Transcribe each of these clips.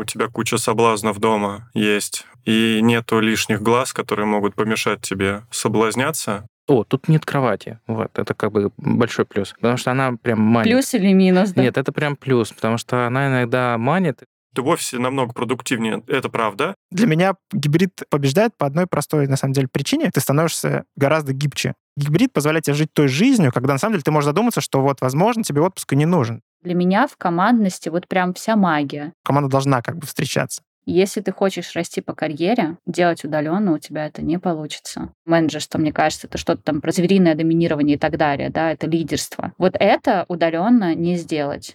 тебя куча соблазнов дома есть, и нету лишних глаз, которые могут помешать тебе соблазняться. Тут нет кровати. Вот, это как бы большой плюс. Потому что она прям манит. Плюс или минус, да? Нет, это прям плюс, потому что она иногда манит. Ты в офисе намного продуктивнее, это правда. Для меня гибрид побеждает по одной простой, на самом деле, причине. Ты становишься гораздо гибче. Гибрид позволяет тебе жить той жизнью, когда, на самом деле, ты можешь задуматься, что вот, возможно, тебе отпуск и не нужен. Для меня в командности вот прям вся магия. Команда должна как бы встречаться. Если ты хочешь расти по карьере, делать удаленно у тебя это не получится. Менеджерство, мне кажется, это что-то там про звериное доминирование и так далее, да, это лидерство. Вот это удаленно не сделать.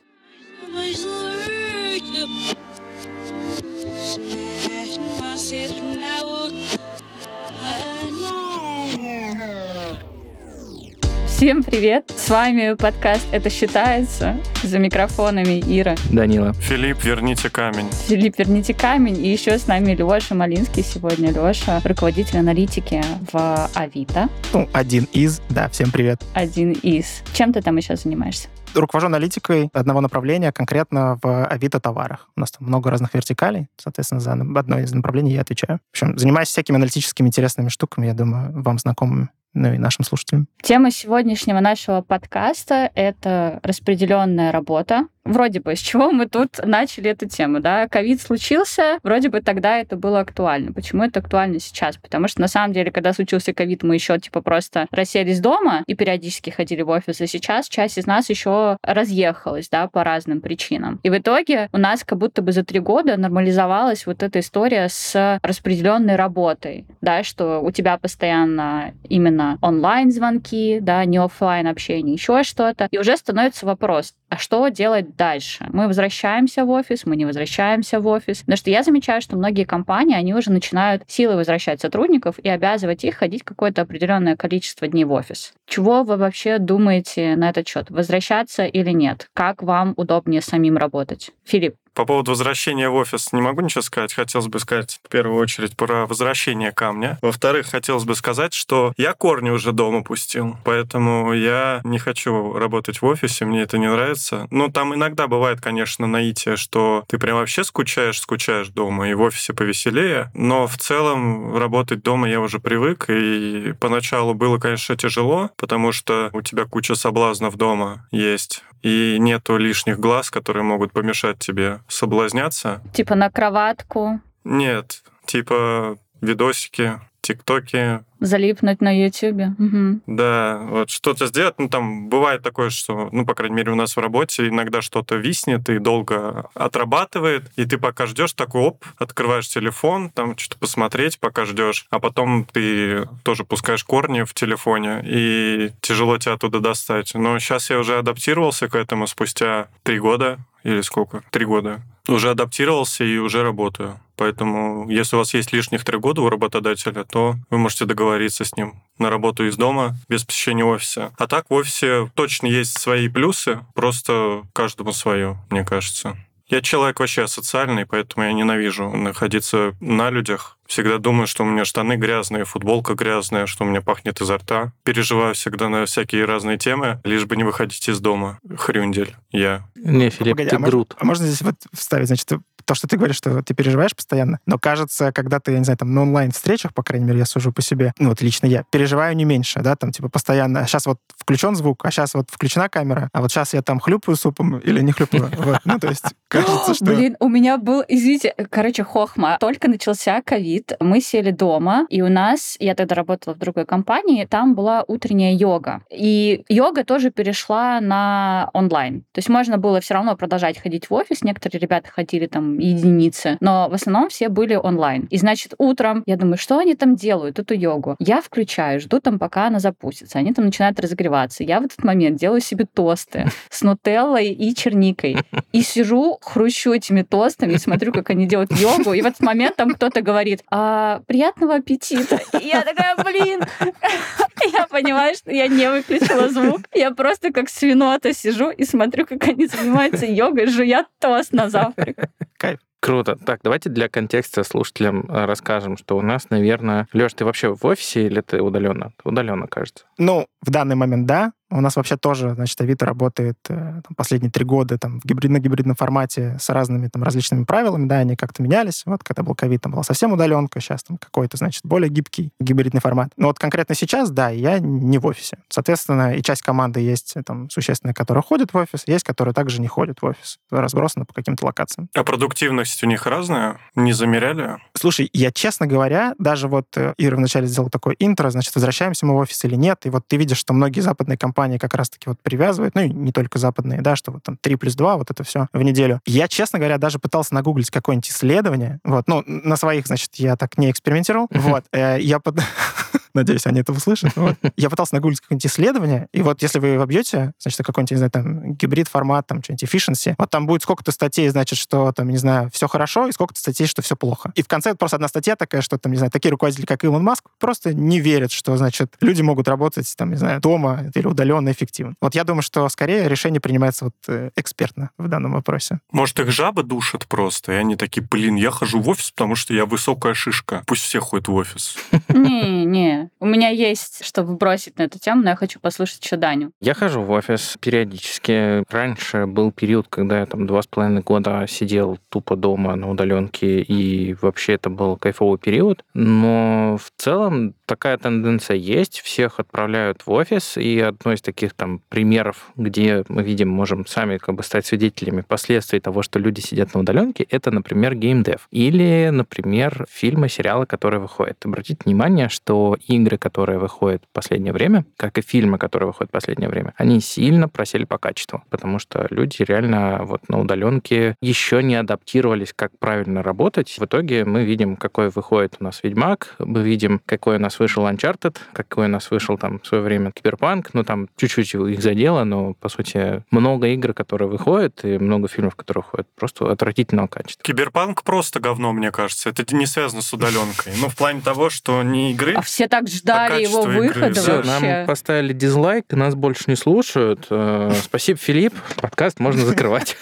Всем привет! С вами подкаст «Это считается». За микрофонами Ира. Данила. Филипп, верните камень. Филипп, верните камень. И еще с нами Леша Малинский сегодня. Леша, руководитель аналитики в Авито. Один из. Да, всем привет. Один из. Чем ты там еще занимаешься? Руковожу аналитикой одного направления, конкретно в Авито-товарах. У нас там много разных вертикалей, соответственно, за одно из направлений я отвечаю. В общем, занимаюсь всякими аналитическими интересными штуками, я думаю, вам знакомыми, ну и нашим слушателям. Тема сегодняшнего нашего подкаста — это распределенная работа. Вроде бы, с чего мы тут начали эту тему, да? Ковид случился, вроде бы тогда это было актуально. Почему это актуально сейчас? Потому что, на самом деле, когда случился ковид, мы еще, просто расселись дома и периодически ходили в офис, а сейчас часть из нас еще разъехалась, да, по разным причинам. И в итоге у нас как будто бы за 3 года нормализовалась вот эта история с распределенной работой, да, что у тебя постоянно именно онлайн-звонки, да, не офлайн общение, еще что-то. И уже становится вопрос, а что делать дальше? Мы возвращаемся в офис, мы не возвращаемся в офис. Потому что я замечаю, что многие компании, они уже начинают силой возвращать сотрудников и обязывать их ходить какое-то определенное количество дней в офис. Чего вы вообще думаете на этот счет? Возвращаться или нет? Как вам удобнее самим работать? Филипп. По поводу возвращения в офис не могу ничего сказать. Хотелось бы сказать в первую очередь про возвращение камня. Во-вторых, хотелось бы сказать, что я корни уже дома пустил, поэтому я не хочу работать в офисе, мне это не нравится. Ну, там иногда бывает, конечно, наитие, что ты прям вообще скучаешь дома, и в офисе повеселее, но в целом работать дома я уже привык, и поначалу было, конечно, тяжело, потому что у тебя куча соблазнов дома есть, и нету лишних глаз, которые могут помешать тебе соблазняться. Типа на кроватку? Нет, типа видосики, тиктоки. Залипнуть на Ютубе. Угу. Да, вот что-то сделать. Ну, там бывает такое, что, по крайней мере, у нас в работе иногда что-то виснет и долго отрабатывает, и ты пока ждешь, такой, открываешь телефон, там что-то посмотреть, пока ждешь, а потом ты тоже пускаешь корни в телефоне, и тяжело тебя оттуда достать. Но сейчас я уже адаптировался к этому спустя 3 года, или сколько? 3 года. Уже адаптировался и уже работаю. Поэтому, если у вас есть лишних 3 года у работодателя, то вы можете договориться с ним на работу из дома без посещения офиса. А так в офисе точно есть свои плюсы, просто каждому свое, мне кажется. Я человек вообще социальный, поэтому я ненавижу находиться на людях. Всегда думаю, что у меня штаны грязные, футболка грязная, что у меня пахнет изо рта. Переживаю всегда на всякие разные темы, лишь бы не выходить из дома. Хрюндель. Я. Не, Филипп, ты груд. Можно здесь вот вставить, значит, то, что ты говоришь, что ты переживаешь постоянно, но кажется, когда ты, я не знаю, там на онлайн-встречах, по крайней мере, я сужу по себе, лично я переживаю не меньше, да, там, постоянно, а сейчас вот включен звук, а сейчас вот включена камера, а вот сейчас я там хлюпаю супом или не хлюпаю. То есть кажется, что... Блин, у меня был, извините, хохма. Только начался ковид, мы сели дома, и у нас, я тогда работала в другой компании, там была утренняя йога. И йога тоже перешла на онлайн. То есть можно было все равно продолжать ходить в офис, некоторые ребята ходили там единицы, но в основном все были онлайн. И, значит, утром я думаю, что они там делают, эту йогу? Я включаю, жду там, пока она запустится. Они там начинают разогреваться. Я в этот момент делаю себе тосты с нутеллой и черникой. И сижу, хрущу этими тостами и смотрю, как они делают йогу. И в этот момент там кто-то говорит: приятного аппетита. И я такая, блин. Я понимаю, что я не выключила звук. Я просто как свинота сижу и смотрю, как они занимаются йогой, жуят тост на завтрак. Кайф. Круто. Так, давайте для контекста слушателям расскажем, что у нас, наверное... Лёш, ты вообще в офисе или ты удаленно? Удаленно, кажется. В данный момент, да. У нас вообще тоже, значит, Авито работает последние 3 года там, на гибридном формате с разными там, различными правилами, да, они как-то менялись. Вот когда был ковид, там была совсем удаленка, сейчас там какой-то, значит, более гибкий гибридный формат. Но вот конкретно сейчас, да, я не в офисе. Соответственно, и часть команды есть там существенная, которая ходит в офис, есть, которая также не ходит в офис, разбросана по каким-то локациям. А продуктивность у них разная? Не замеряли? Слушай, я, честно говоря, даже вот Ира вначале сделал такое интро, значит, возвращаемся мы в офис или нет, и вот ты видишь, что многие западные компании как раз-таки вот привязывают, ну и не только западные, да, что вот там 3+2, вот это все в неделю. Я, честно говоря, даже пытался нагуглить какое-нибудь исследование, вот, ну, на своих, значит, я так не экспериментировал, вот, надеюсь, они это услышат. Вот. Я пытался нагуглить какое-нибудь исследование, и вот если вы вобьете, значит, какой-нибудь, не знаю, там, гибрид-формат, там, что-нибудь efficiency, вот там будет сколько-то статей, значит, что, там, не знаю, все хорошо, и сколько-то статей, что все плохо. И в конце просто одна статья такая, что, там, не знаю, такие руководители, как Илон Маск, просто не верят, что, значит, люди могут работать, там, не знаю, дома или удаленно эффективно. Вот я думаю, что скорее решение принимается вот экспертно в данном вопросе. Может, их жабы душат просто, и они такие, блин, я хожу в офис, потому что я высокая шишка. Пусть все ходят в офис. Не, у меня есть, чтобы бросить на эту тему, но я хочу послушать еще Даню. Я хожу в офис периодически. Раньше был период, когда я там 2,5 года сидел тупо дома на удаленке, и вообще это был кайфовый период. Но в целом такая тенденция есть. Всех отправляют в офис, и одно из таких там примеров, где мы видим, можем сами как бы стать свидетелями последствий того, что люди сидят на удаленке, это, например, геймдев. Или, например, фильмы, сериалы, которые выходят. Обратите внимание, что игры, которые выходят в последнее время, как и фильмы, которые выходят в последнее время, они сильно просели по качеству, потому что люди реально вот на удаленке еще не адаптировались, как правильно работать. В итоге мы видим, какой выходит у нас Ведьмак, мы видим, какой у нас вышел Uncharted, какой у нас вышел там в свое время Киберпанк, ну там чуть-чуть их задело, но по сути много игр, которые выходят, и много фильмов, которые выходят, просто отвратительного качества. Киберпанк просто говно, мне кажется. Это не связано с удаленкой. Ну, в плане того, что не игры, А все так ждали его качество игры, выхода да. Все, вообще. нам поставили дизлайк, нас больше не слушают. Спасибо, Филипп. Подкаст можно закрывать.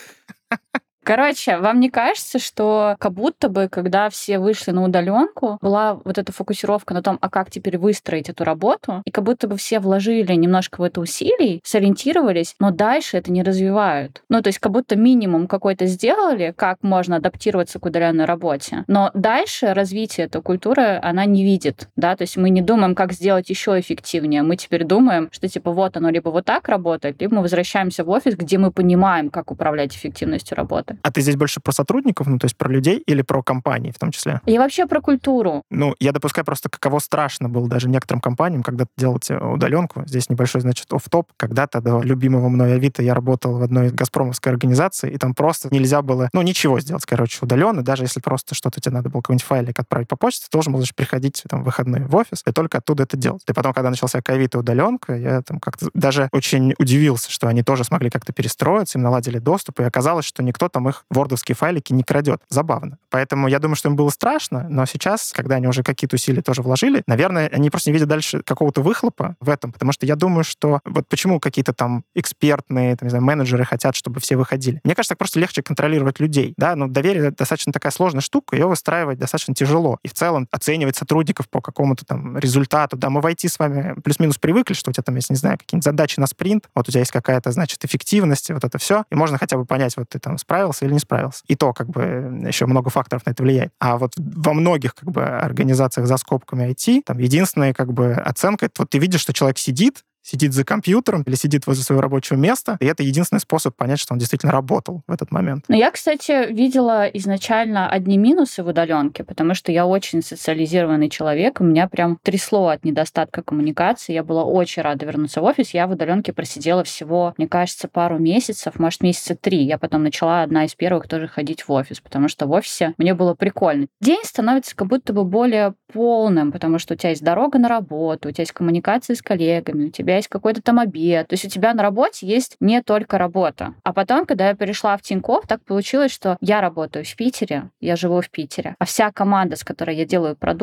Короче, вам не кажется, что как будто бы, когда все вышли на удаленку, была вот эта фокусировка на том, а как теперь выстроить эту работу, и как будто бы все вложили немножко в это усилий, сориентировались, но дальше это не развивают. Ну, то есть как будто минимум какой-то сделали, как можно адаптироваться к удаленной работе, но дальше развитие этой культуры она не видит, да, то есть мы не думаем, как сделать еще эффективнее, мы теперь думаем, что типа вот оно либо вот так работает, либо мы возвращаемся в офис, где мы понимаем, как управлять эффективностью работы. А ты здесь больше про сотрудников, ну, то есть про людей или про компании в том числе? И вообще про культуру. Ну, я допускаю просто, каково страшно было даже некоторым компаниям, когда делать удаленку. Здесь небольшой, значит, офф-топ. Когда-то до любимого мной Авито я работал в одной газпромовской организации, и там просто нельзя было, ну, ничего сделать, короче, удаленно. Даже если просто что-то тебе надо было, какой-нибудь файлик отправить по почте, ты должен был значит, приходить там, в выходные в офис и только оттуда это делать. И потом, когда начался ковид и удаленка, я там как-то даже очень удивился, что они тоже смогли как-то перестроиться, им наладили доступ, и оказалось, что никто там их вордовские файлики не крадет. Забавно. Поэтому я думаю, что им было страшно, но сейчас, когда они уже какие-то усилия тоже вложили, наверное, они просто не видят дальше какого-то выхлопа в этом, потому что я думаю, что вот почему какие-то там экспертные, там, не знаю, менеджеры хотят, чтобы все выходили. Мне кажется, так просто легче контролировать людей, да, но доверие достаточно такая сложная штука, ее выстраивать достаточно тяжело. И в целом оценивать сотрудников по какому-то там результату, да, мы в IT с вами плюс-минус привыкли, что у тебя там есть, не знаю, какие-нибудь задачи на спринт, вот у тебя есть какая-то, значит, эффективность, вот это все, и можно хотя бы понять, вот ты там справился или не справился. И то, как бы, еще много факторов на это влияет. А вот во многих, как бы, организациях за скобками IT, там, единственная, как бы, оценка, это вот ты видишь, что человек сидит за компьютером или сидит возле своего рабочего места, и это единственный способ понять, что он действительно работал в этот момент. Но я, кстати, видела изначально одни минусы в удаленке, потому что я очень социализированный человек, и меня прям трясло от недостатка коммуникации. Я была очень рада вернуться в офис. Я в удаленке просидела всего, мне кажется, пару месяцев, может, месяца 3. Я потом начала одна из первых тоже ходить в офис, потому что в офисе мне было прикольно. День становится как будто бы более полным, потому что у тебя есть дорога на работу, у тебя есть коммуникации с коллегами, у тебя есть какой-то там обед. То есть у тебя на работе есть не только работа. А потом, когда я перешла в Тинькофф, так получилось, что я работаю в Питере, я живу в Питере, а вся команда, с которой я делаю продукт,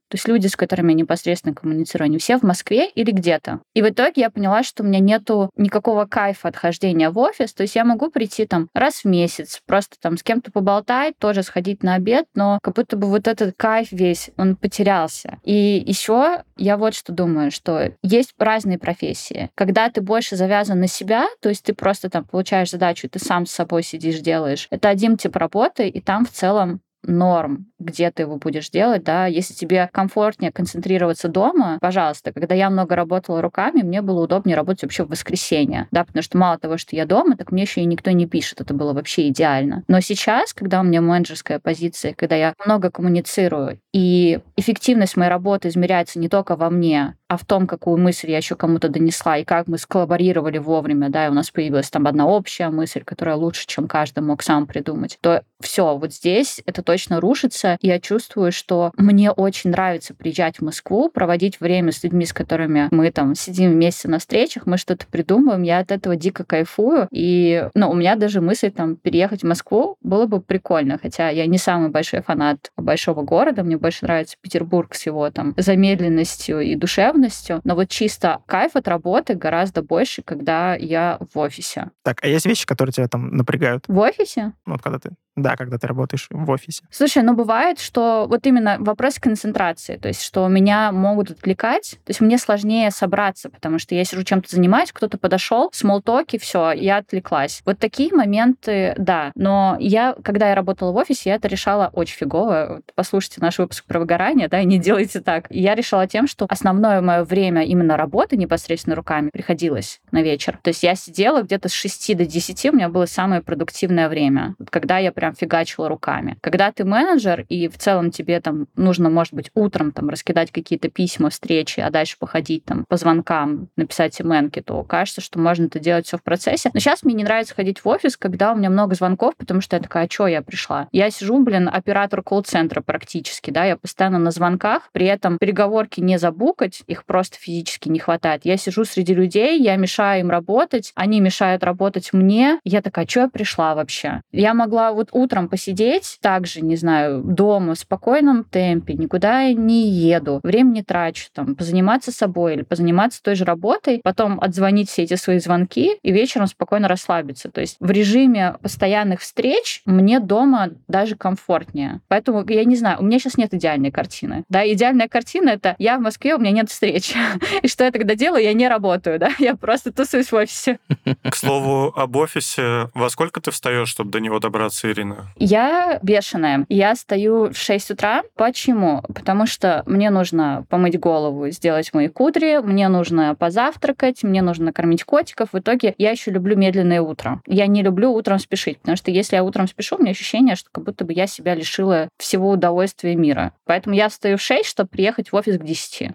То есть люди, с которыми я непосредственно коммуницирую, они все в Москве или где-то. И в итоге я поняла, что у меня нету никакого кайфа от хождения в офис. То есть я могу прийти там раз в месяц, просто там с кем-то поболтать, тоже сходить на обед, но как будто бы вот этот кайф весь, он потерялся. И еще я вот что думаю, что есть разные профессии. Когда ты больше завязан на себя, то есть ты просто там получаешь задачу, ты сам с собой сидишь, делаешь. Это один тип работы, и там в целом норм, где ты его будешь делать, да, если тебе комфортнее концентрироваться дома, пожалуйста. Когда я много работала руками, мне было удобнее работать вообще в воскресенье, да, потому что мало того, что я дома, так мне еще и никто не пишет, это было вообще идеально. Но сейчас, когда у меня менеджерская позиция, когда я много коммуницирую, и эффективность моей работы измеряется не только во мне, а в том, какую мысль я еще кому-то донесла, и как мы сколлаборировали вовремя, да, и у нас появилась там одна общая мысль, которая лучше, чем каждый мог сам придумать, то все, вот здесь это точно рушится, и я чувствую, что мне очень нравится приезжать в Москву, проводить время с людьми, с которыми мы там сидим вместе на встречах, мы что-то придумываем, я от этого дико кайфую, и, у меня даже мысль там переехать в Москву было бы прикольно, хотя я не самый большой фанат большого города, мне больше нравится Петербург с его там замедленностью и душевностью, но вот чисто кайф от работы гораздо больше, когда я в офисе. Так, а есть вещи, которые тебя там напрягают? В офисе? Вот когда ты работаешь в офисе. Слушай, бывает, что вот именно вопрос концентрации, то есть что меня могут отвлекать, то есть мне сложнее собраться, потому что я сижу чем-то занимаюсь, кто-то подошел, смолтоки, все, я отвлеклась. Вот такие моменты, да. Но когда я работала в офисе, я это решала очень фигово. Вот послушайте наш выпуск про выгорание, да, и не делайте так. И я решала тем, что основное мое время именно работы непосредственно руками приходилось на вечер. То есть я сидела где-то с 6 до 10, у меня было самое продуктивное время, когда я прям фигачила руками. Когда ты менеджер, и в целом тебе там нужно, может быть, утром там раскидать какие-то письма, встречи, а дальше походить там по звонкам, написать именки, то кажется, что можно это делать все в процессе. Но сейчас мне не нравится ходить в офис, когда у меня много звонков, потому что я такая, а чё я пришла? Я сижу, оператор колл-центра практически, да, я постоянно на звонках, при этом переговорки не забукать, их просто физически не хватает. Я сижу среди людей, я мешаю им работать, они мешают работать мне. Я такая, а чё я пришла вообще? Я могла вот утром посидеть, также, не знаю, дома в спокойном темпе, никуда не еду, время не трачу, там, позаниматься собой или позаниматься той же работой, потом отзвонить все эти свои звонки и вечером спокойно расслабиться. То есть в режиме постоянных встреч мне дома даже комфортнее. Поэтому, я не знаю, у меня сейчас нет идеальной картины. Да, идеальная картина — это я в Москве, у меня нет встреч. И что я тогда делаю? Я не работаю, да, я просто тусуюсь в офисе. К слову, об офисе. Во сколько ты встаешь, чтобы до него добраться, Ирина? Я бешеная. Я встаю в 6 утра. Почему? Потому что мне нужно помыть голову, сделать мои кудри, мне нужно позавтракать, мне нужно накормить котиков. В итоге я еще люблю медленное утро. Я не люблю утром спешить, потому что если я утром спешу, у меня ощущение, что как будто бы я себя лишила всего удовольствия мира. Поэтому я встаю в 6, чтобы приехать в офис к 10.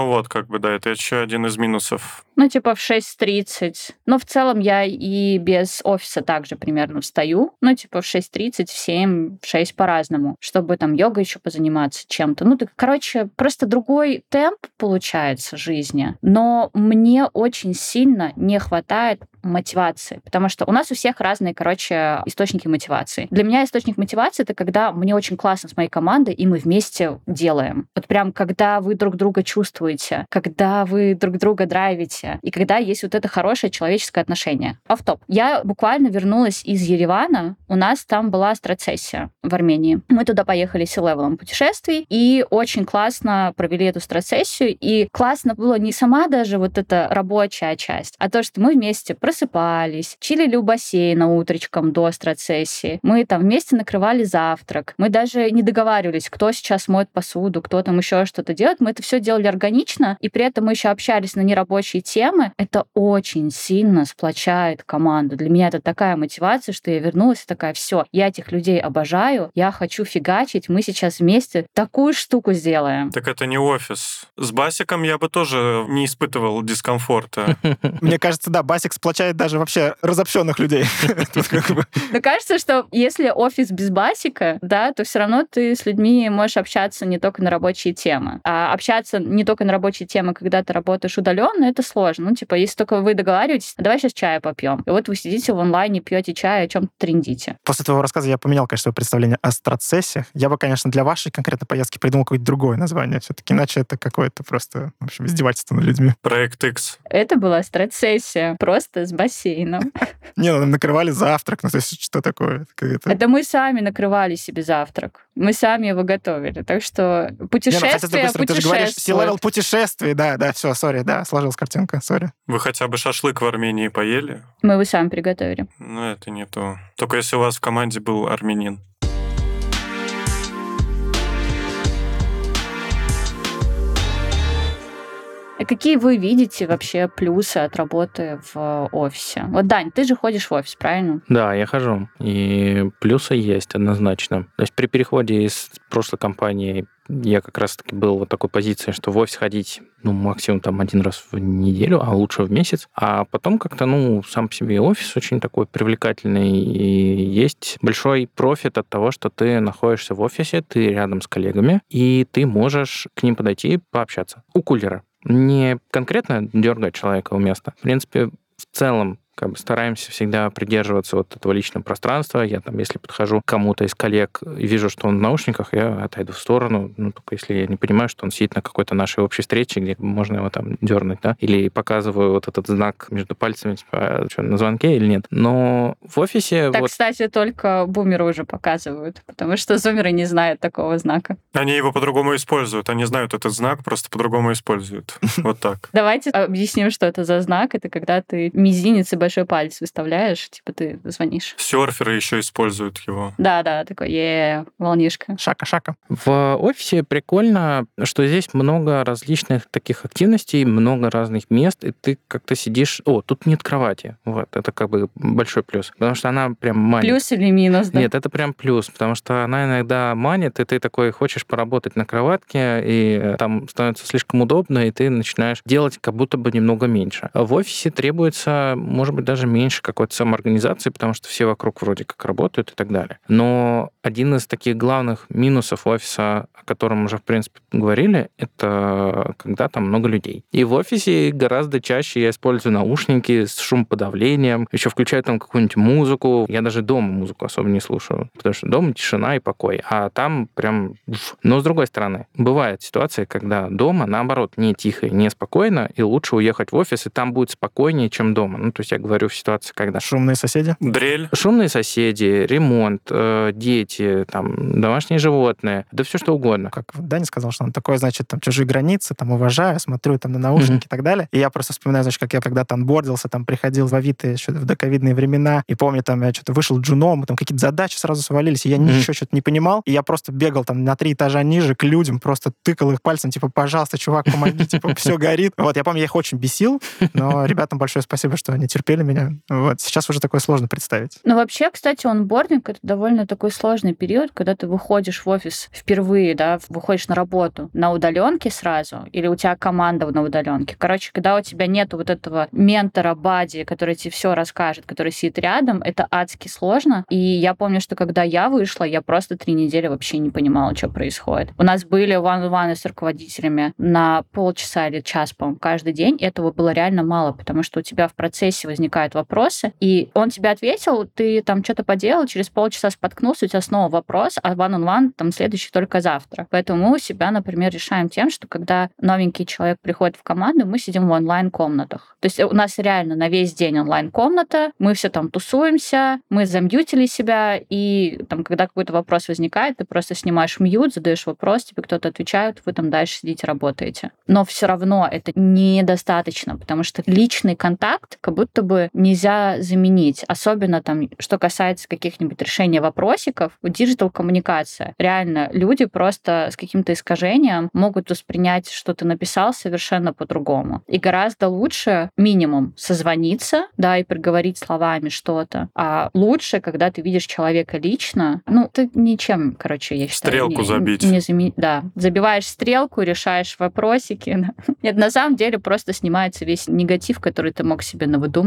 Да, это еще один из минусов. В 6:30. Но в целом я и без офиса также примерно встаю. В 6:30, в 7, в 6 по-разному, чтобы там йогой еще позаниматься чем-то. Просто другой темп получается жизни. Но мне очень сильно не хватает мотивации, потому что у нас у всех разные, источники мотивации. Для меня источник мотивации — это когда мне очень классно с моей командой, и мы вместе делаем. Вот прям когда вы друг друга чувствуете, когда вы друг друга драйвите, и когда есть вот это хорошее человеческое отношение. Офф-топ. Я буквально вернулась из Еревана, у нас там была страцессия в Армении. Мы туда поехали C-левелом путешествий, и очень классно провели эту страцессию, и классно было не сама даже вот эта рабочая часть, а то, что мы вместе просыпались, чилили у бассейна утречком до страцессии. Мы там вместе накрывали завтрак. Мы даже не договаривались, кто сейчас моет посуду, кто там еще что-то делает. Мы это все делали органично, и при этом мы еще общались на нерабочие темы. Это очень сильно сплочает команду. Для меня это такая мотивация, что я вернулась и такая, все, я этих людей обожаю, я хочу фигачить, мы сейчас вместе такую штуку сделаем. Так это не офис. С Басиком я бы тоже не испытывал дискомфорта. Мне кажется, да, Басик сплочает исключает даже вообще разобщенных людей. Мне кажется, что если офис без басика, да, то все равно ты с людьми можешь общаться не только на рабочие темы. А общаться не только на рабочие темы, когда ты работаешь удаленно, это сложно. Ну, типа, если только вы договариваетесь, давай сейчас чая попьем. И вот вы сидите в онлайне, пьете чай, о чем-то трендите. После твоего рассказа я поменял, конечно, свое представление о страцессиях. Я бы, конечно, для вашей конкретной поездки придумал какое-то другое название. Все-таки иначе это какое-то просто, в общем, издевательство над людьми. Проект X. Это была страцессия, просто с бассейном. Не, ну, накрывали завтрак, ну, то есть что такое? Это мы сами накрывали себе завтрак. Мы сами его готовили. Так что путешествие, ты же говоришь, C-level путешествий, да, все, сори, да, сложилась картинка, сори. Вы хотя бы шашлык в Армении поели? Мы его сами приготовили. Ну, это не то. Только если у вас в команде был армянин. А какие вы видите вообще плюсы от работы в офисе? Вот, Дань, ты же ходишь в офис, правильно? Да, я хожу. И плюсы есть однозначно. То есть при переходе из прошлой компании я как раз-таки был вот такой позиции, что в офис ходить, ну, максимум там 1 раз в неделю, а лучше в месяц. А потом как-то, ну, сам по себе офис очень такой привлекательный. И есть большой профит от того, что ты находишься в офисе, ты рядом с коллегами, и ты можешь к ним подойти и пообщаться. У кулера. Не конкретно дергать человека у места. В принципе, в целом, как бы стараемся всегда придерживаться вот этого личного пространства. Я там, если подхожу к кому-то из коллег и вижу, что он в наушниках, я отойду в сторону, ну, только если я не понимаю, что он сидит на какой-то нашей общей встрече, где можно его там дернуть, да, или показываю вот этот знак между пальцами, типа, что, на звонке или нет. Но в офисе... Так, вот... кстати, только бумеры уже показывают, потому что зумеры не знают такого знака. Они его по-другому используют. Они знают этот знак, просто по-другому используют. Вот так. Давайте объясним, что это за знак. Это когда ты мизинец и большой палец выставляешь, типа ты звонишь. Серферы еще используют его. Да, такой, волнишка. Шака. В офисе прикольно, что здесь много различных таких активностей, много разных мест, и ты как-то сидишь... О, тут нет кровати. Вот, это как бы большой плюс. Потому что она прям манит. Плюс или минус, да? Нет, это прям плюс, потому что она иногда манит, и ты такой хочешь поработать на кроватке, и там становится слишком удобно, и ты начинаешь делать как будто бы немного меньше. А в офисе требуется, может быть, даже меньше какой-то самоорганизации, потому что все вокруг вроде как работают и так далее. Но один из таких главных минусов офиса, о котором уже, в принципе, говорили, это когда там много людей. И в офисе гораздо чаще я использую наушники с шумоподавлением, еще включаю там какую-нибудь музыку. Я даже дома музыку особо не слушаю, потому что дома тишина и покой, а там прям... Но, с другой стороны, бывают ситуации, когда дома, наоборот, не тихо и не спокойно, и лучше уехать в офис, и там будет спокойнее, чем дома. Ну, то есть я говорю в ситуации, когда... Шумные соседи? Дрель. Шумные соседи, ремонт, дети, там, домашние животные, да все что угодно. Как Даня сказал, что он такой, значит, там, чужие границы, там, уважаю, смотрю там на наушники и так далее. И я просто вспоминаю, значит, как я когда-то анбордился, там, приходил в Авито еще в доковидные времена, и помню, там, я что-то вышел джуном, и там какие-то задачи сразу свалились, и я ничего что-то не понимал, и я просто бегал там на 3 этажа ниже к людям, просто тыкал их пальцем, типа, пожалуйста, чувак, помоги, типа, все горит. Вот, я помню, я их очень бесил, но ребятам большое спасибо, что они терпели меня. Вот, сейчас уже такое сложно представить. Ну, вообще, кстати, онбординг — это довольно такой сложный период, когда ты выходишь в офис впервые, да, выходишь на работу на удаленке сразу, или у тебя команда на удаленке. Короче, когда у тебя нет вот этого ментора, бади, который тебе все расскажет, который сидит рядом, это адски сложно. И я помню, что когда я вышла, я просто 3 недели вообще не понимала, что происходит. У нас были one-on-one с руководителями на полчаса или час, по-моему, каждый день. И этого было реально мало, потому что у тебя в процессе возникают вопросы, и он тебе ответил, ты там что-то поделал, через полчаса споткнулся, у тебя снова вопрос, а one-on-one там следующий только завтра. Поэтому мы у себя, например, решаем тем, что когда новенький человек приходит в команду, мы сидим в онлайн-комнатах. То есть у нас реально на весь день онлайн-комната, мы все там тусуемся, мы замьютили себя, и там, когда какой-то вопрос возникает, ты просто снимаешь мьют, задаешь вопрос, тебе кто-то отвечает, вы там дальше сидите, работаете. Но все равно это недостаточно, потому что личный контакт как будто бы нельзя заменить. Особенно там, что касается каких-нибудь решений вопросиков, диджитал-коммуникация. Реально, люди просто с каким-то искажением могут воспринять, что ты написал, совершенно по-другому. И гораздо лучше минимум созвониться, да, и проговорить словами что-то. А лучше, когда ты видишь человека лично, ну, ты ничем, короче, я считаю... Стрелку забить. Да, забиваешь стрелку, решаешь вопросики. Нет, на самом деле просто снимается весь негатив, который ты мог себе навыдумывать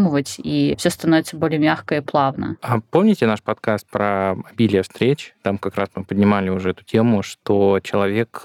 додумывать, и все становится более мягко и плавно. А помните наш подкаст про обилие встреч? Там как раз мы поднимали уже эту тему, что человек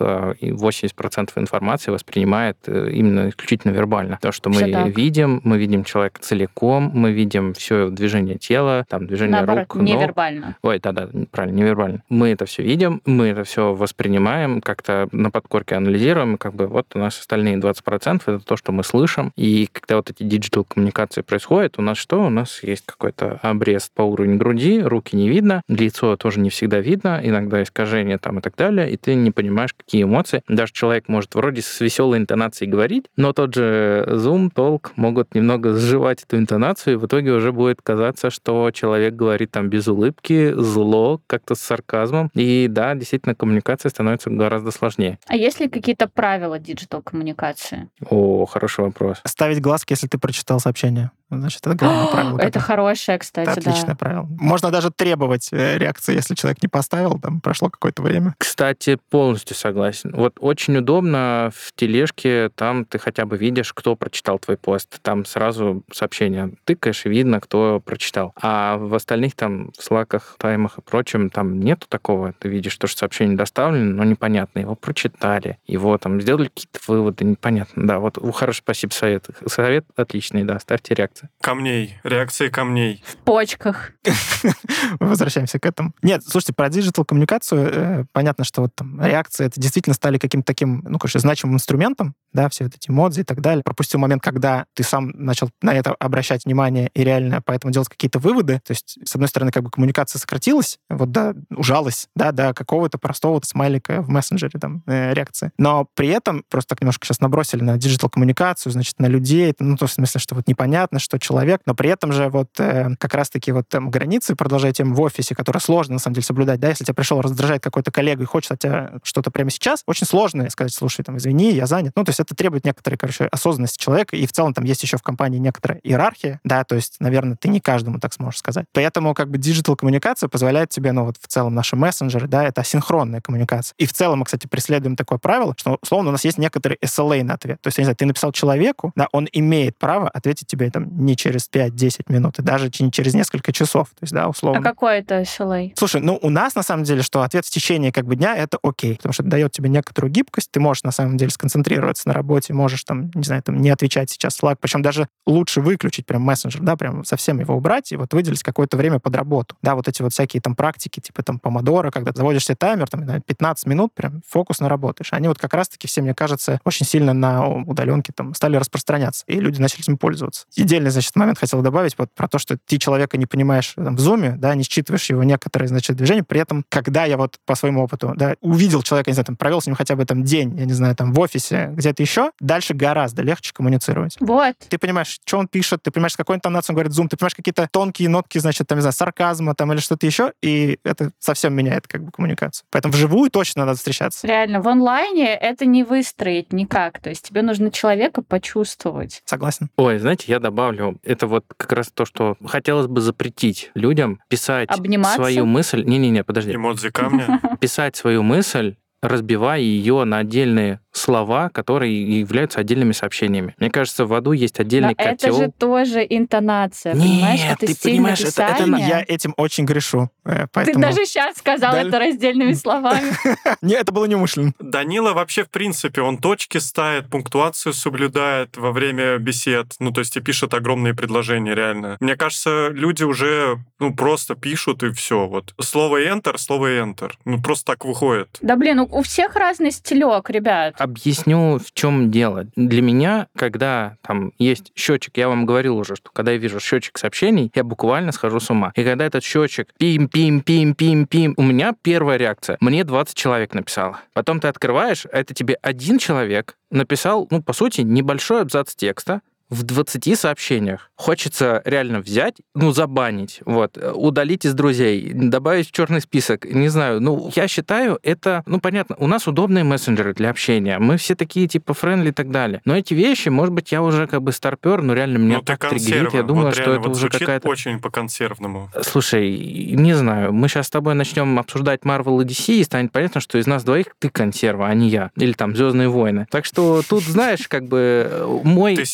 80% информации воспринимает именно исключительно вербально. То, что мы видим человека целиком, мы видим все движение тела, там движение наоборот, рук, ног. Невербально. Ой, да, правильно, невербально. Мы это все видим, мы это все воспринимаем, как-то на подкорке анализируем, и как бы вот у нас остальные 20% это то, что мы слышим. И когда вот эти диджитал-коммуникации происходят, у нас что? У нас есть какой-то обрез по уровню груди, руки не видно, лицо тоже не всегда видно, иногда искажения там и так далее, и ты не понимаешь, какие эмоции. Даже человек может вроде с веселой интонацией говорить, но тот же Zoom, Talk могут немного сживать эту интонацию, и в итоге уже будет казаться, что человек говорит там без улыбки, зло, как-то с сарказмом. И да, действительно, коммуникация становится гораздо сложнее. А есть ли какие-то правила диджитал-коммуникации? О, хороший вопрос. Ставить глазки, если ты прочитал сообщение. Значит, это главное правило. Это хорошее, кстати, это отличное правило. Можно даже требовать реакции, если человек не поставил, там прошло какое-то время. Кстати, полностью согласен. Вот очень удобно в тележке, там ты хотя бы видишь, кто прочитал твой пост. Там сразу сообщение тыкаешь, и видно, кто прочитал. А в остальных там в слаках, таймах и прочем там нету такого. Ты видишь, что сообщение доставлено, но непонятно. Его прочитали, его там сделали какие-то выводы, непонятно. Да, вот хороший, спасибо, совет. Совет отличный, да, ставьте реакции. Камней, реакции камней. В почках. Возвращаемся к этому. Нет, слушайте, про диджитал-коммуникацию понятно, что вот там реакции это действительно стали каким-то таким, конечно, значимым инструментом, да, все вот эти эмодзи и так далее. Пропустил момент, когда ты сам начал на это обращать внимание и реально поэтому делать какие-то выводы. То есть, с одной стороны, как бы коммуникация сократилась, вот, да, ужалась, да, до какого-то простого смайлика в мессенджере, там, реакции. Но при этом просто так немножко сейчас набросили на диджитал-коммуникацию, значит, на людей, ну, то в смысле, что вот непонятно, что человек, но при этом же вот как раз-таки вот там границы, продолжая тем в офисе, которые сложно, на самом деле, соблюдать, да, если тебя пришел раздражать какой-то коллега и хочет от тебя что-то прямо сейчас, очень сложно сказать, слушай, там, извини, я занят. Ну, то есть это требует некоторой, короче, осознанности человека, и в целом там есть еще в компании некоторая иерархия, да, то есть, наверное, ты не каждому так сможешь сказать. Поэтому как бы диджитал-коммуникация позволяет тебе, ну, вот в целом наши мессенджеры, да, это асинхронная коммуникация. И в целом мы, кстати, преследуем такое правило, что, условно, у нас есть некоторый SLA на ответ. То есть, я не знаю, ты написал человеку, да, он имеет право ответить тебе там не через 5-10 минут, и даже не через несколько часов. То есть, да, условно. А какой это SLA? Слушай, ну, у нас, на самом деле, что ответ в течение как бы дня — это окей, потому что это дает тебе некоторую гибкость, ты можешь, на самом деле, сконцентрироваться на работе, можешь, там, не знаю, там, не отвечать сейчас в Slack, причем даже лучше выключить прям мессенджер, да, прям совсем его убрать и вот выделить какое-то время под работу. Да, вот эти вот всякие там практики, типа там помодоро, когда ты заводишь себе таймер, там, 15 минут, прям фокусно работаешь. Они вот как раз-таки все, мне кажется, очень сильно на удаленке там стали распространяться, и люди начали этим пользоваться. Отдельный, значит, момент хотел добавить вот про то, что ты человека не понимаешь там, в зуме, да, не считываешь его некоторые, значит, движения, при этом, когда я вот по своему опыту, да, увидел человека, не знаю, там, провел с ним хотя бы там день, я не знаю, там, в офисе, где-то еще, дальше гораздо легче коммуницировать. Вот. Ты понимаешь, что он пишет, ты понимаешь, с какой интонацией он говорит зум, ты понимаешь какие-то тонкие нотки, значит, там, не знаю, сарказма там или что-то еще, и это совсем меняет как бы коммуникацию. Поэтому вживую точно надо встречаться. Реально, в онлайне это не выстроить никак. То есть тебе нужно человека почувствовать. Согласен. Ой, знаете, я добавлю, это вот как раз то, что хотелось бы запретить людям писать Обниматься? свою мысль. Не-не-не, подожди. Эмодзи камня. Писать свою мысль, разбивая ее на отдельные слова, которые являются отдельными сообщениями. Мне кажется, в аду есть отдельный Но котел. это же тоже интонация, Нет, понимаешь? Это ты стиль понимаешь, написания. Я этим очень грешу. Ты Поэтому... даже сейчас сказал это раздельными словами. Не, это было неумышленно. Данила вообще, в принципе, он точки ставит, пунктуацию соблюдает во время бесед. Ну, то есть и пишет огромные предложения, реально. Мне кажется, люди уже, ну, просто пишут, и все. Вот. Слово Enter. Ну, просто так выходит. Да, блин, у всех разный стилек, ребят. Объясню, в чем дело. Для меня, когда там есть счетчик, я вам говорил уже, что когда я вижу счетчик сообщений, я буквально схожу с ума. И когда этот счетчик пим-пим-пим-пим-пим, у меня первая реакция. Мне 20 человек написало. Потом ты открываешь, а это тебе один человек написал, ну, по сути, небольшой абзац текста, в 20 сообщениях. Хочется реально взять, ну, забанить, вот, удалить из друзей, добавить в черный список, не знаю. Ну, я считаю, это, ну, понятно, у нас удобные мессенджеры для общения, мы все такие, типа, френдли и так далее. Но эти вещи, может быть, я уже как бы старпер, но реально меня так триггерит, я думаю, вот что это вот уже какая-то... очень по-консервному. Слушай, не знаю, мы сейчас с тобой начнем обсуждать Marvel и DC, и станет понятно, что из нас двоих ты консерва, а не я. Или там Звездные войны. Так что тут, знаешь, как бы мой эмоциональный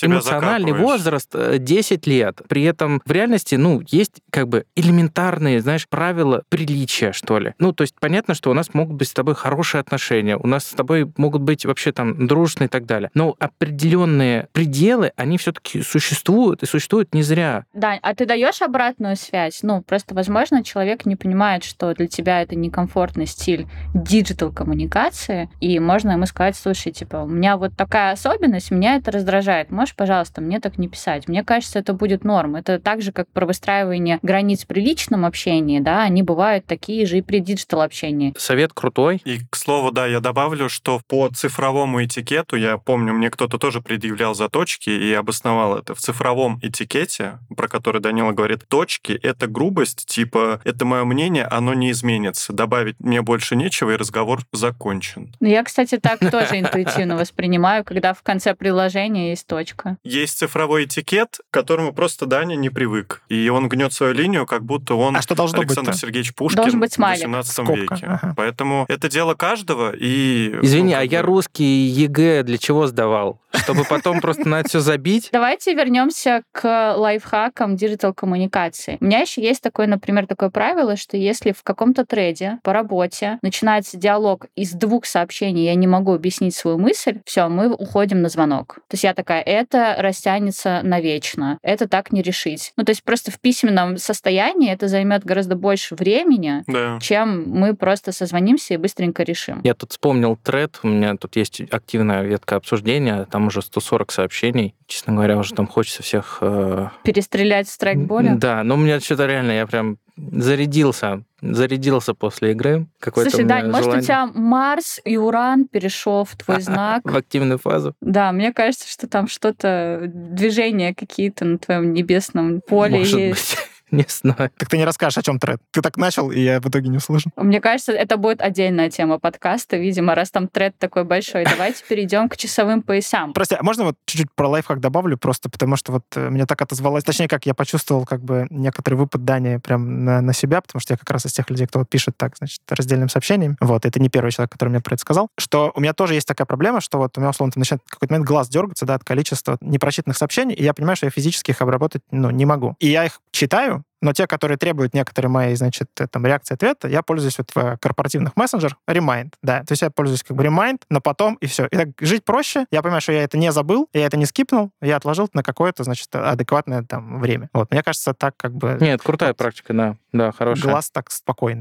номинальный накапываешь. возраст 10 лет. При этом в реальности, есть как бы элементарные, знаешь, правила приличия, что ли. То есть понятно, что у нас могут быть с тобой хорошие отношения, у нас с тобой могут быть вообще там дружные и так далее. Но определенные пределы, они все-таки существуют, и существуют не зря. Да, а ты даешь обратную связь? Просто, возможно, человек не понимает, что для тебя это некомфортный стиль диджитал-коммуникации, и можно ему сказать, слушай, у меня вот такая особенность, меня это раздражает. Можешь, пожалуйста, мне так не писать? Мне кажется, это будет норм. Это так же, как про выстраивание границ при личном общении, да, они бывают такие же и при диджитал-общении. Совет крутой. И, к слову, да, я добавлю, что по цифровому этикету, я помню, мне кто-то тоже предъявлял заточки и обосновал это. В цифровом этикете, про который Данила говорит, точки — это грубость, типа, это мое мнение, оно не изменится. Добавить мне больше нечего, и разговор закончен. Я, кстати, так тоже интуитивно воспринимаю, когда в конце приложения есть точка. Есть цифровой этикет, к которому просто Даня не привык. И он гнет свою линию, как будто он А что должно Александр быть-то? Сергеевич Пушкин Должен быть в смайлик. 18 Скобка. веке. Ага. Поэтому это дело каждого. И, Извини, как а я бы- русский ЕГЭ для чего сдавал? Чтобы потом просто на это все забить? Давайте вернемся к лайфхакам диджитал-коммуникации. У меня еще есть такое правило, что если в каком-то треде по работе начинается диалог из 2 сообщений, я не могу объяснить свою мысль, все, мы уходим на звонок. То есть я такая, это растянется навечно, это так не решить. То есть просто в письменном состоянии это займет гораздо больше времени, Да. чем мы просто созвонимся и быстренько решим. Я тут вспомнил тред, у меня тут есть активная ветка обсуждения, там уже 140 сообщений. Честно говоря, уже там хочется всех... Перестрелять в страйкболе? Да, но у меня что-то реально, я прям зарядился после игры. Какое-то Слушай, у меня Дань, может, у желание тебя Марс и Уран перешел в твой знак? в активную фазу. Да, мне кажется, что там что-то, движения какие-то на твоем небесном поле Может есть. быть. Не знаю. Так ты не расскажешь, о чем тред. Ты так начал, и я в итоге не услышал. Мне кажется, это будет отдельная тема подкаста, видимо, раз там тред такой большой. Давайте перейдем к часовым поясам. Прости, а можно вот чуть-чуть про лайфхак добавлю, просто потому что вот мне так отозвалось, точнее, как я почувствовал как бы некоторый выпад Дани прям на себя, потому что я как раз из тех людей, кто вот пишет так, значит, раздельным сообщением. Вот, это не первый человек, который мне про это сказал. Что у меня тоже есть такая проблема, что вот у меня, условно, начинает в какой-то момент глаз дергаться, да, от количества непрочитанных сообщений, и я понимаю, что я физически их обработать, не могу. И я их читаю, но те, которые требуют некоторые моей, значит, там, реакции, ответа, я пользуюсь вот в корпоративных мессенджерах Remind, да. То есть я пользуюсь как бы Remind, но потом и все. И так жить проще. Я понимаю, что я это не забыл, я это не скипнул, я отложил на какое-то, значит, адекватное там время. Вот, мне кажется, так как бы... Нет, крутая практика, да. Да, хорошая. Глаз так спокойно.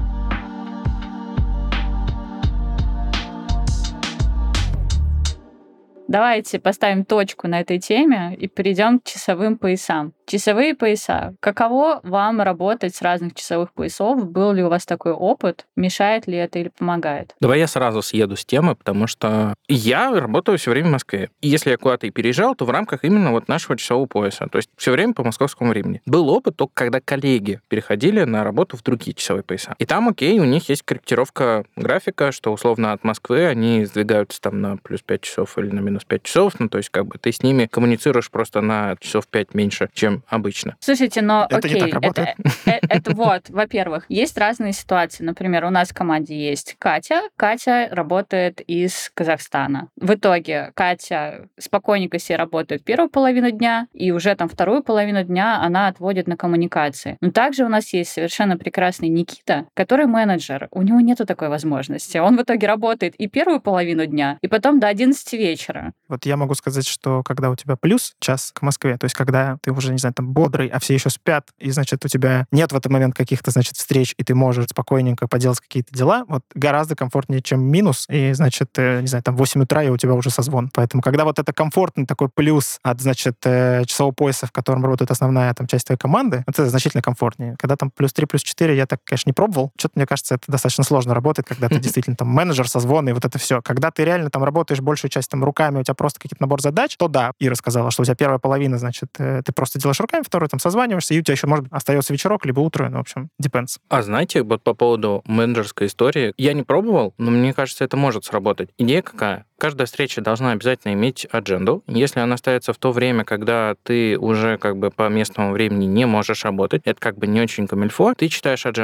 Давайте поставим точку на этой теме и перейдем к часовым поясам. Часовые пояса. Каково вам работать с разных часовых поясов? Был ли у вас такой опыт? Мешает ли это или помогает? Давай я сразу съеду с темы, потому что я работаю все время в Москве. И если я куда-то и переезжал, то в рамках именно вот нашего часового пояса. То есть все время по московскому времени. Был опыт только когда коллеги переходили на работу в другие часовые пояса. И там, окей, у них есть корректировка графика, что условно от Москвы они сдвигаются там на плюс 5 часов или на минус 5 часов. То есть как бы ты с ними коммуницируешь просто на часов 5 меньше, чем обычно. Слушайте, но Это не окей, так работает. это вот, во-первых, есть разные ситуации. Например, у нас в команде есть Катя. Катя работает из Казахстана. В итоге Катя спокойненько себе работает первую половину дня, и уже там вторую половину дня она отводит на коммуникации. Но также у нас есть совершенно прекрасный Никита, который менеджер. У него нету такой возможности. Он в итоге работает и первую половину дня, и потом до 11 вечера. Вот я могу сказать, что когда у тебя плюс час к Москве, то есть когда ты уже, не знаю, там бодрый, а все еще спят, и, значит, у тебя нет в этот момент каких-то, значит, встреч, и ты можешь спокойненько поделать какие-то дела, вот гораздо комфортнее, чем минус, и, значит, не знаю, там 8 утра, и у тебя уже созвон. Поэтому, когда вот это комфортный такой плюс от, значит, часового пояса, в котором работает основная там часть твоей команды, это значительно комфортнее. Когда там плюс 3, плюс 4, я так, конечно, не пробовал. Что-то, мне кажется, это достаточно сложно работает, когда ты действительно там менеджер, созвоны, и вот это все. Когда ты реально там работаешь большую часть там руками, у тебя просто какой-то набор задач, то да, Ира сказала, что у тебя первая половина, значит, ты просто делаешь руками, вторую там созваниваешься, и у тебя еще, может быть, остается вечерок, либо утро, ну, в общем, depends. А знаете, вот по поводу менеджерской истории, я не пробовал, но мне кажется, это может сработать. Идея какая? Каждая встреча должна обязательно иметь адженду. Если она ставится в то время, когда ты уже как бы по местному времени не можешь работать, это как бы не очень камильфо, ты читаешь адженду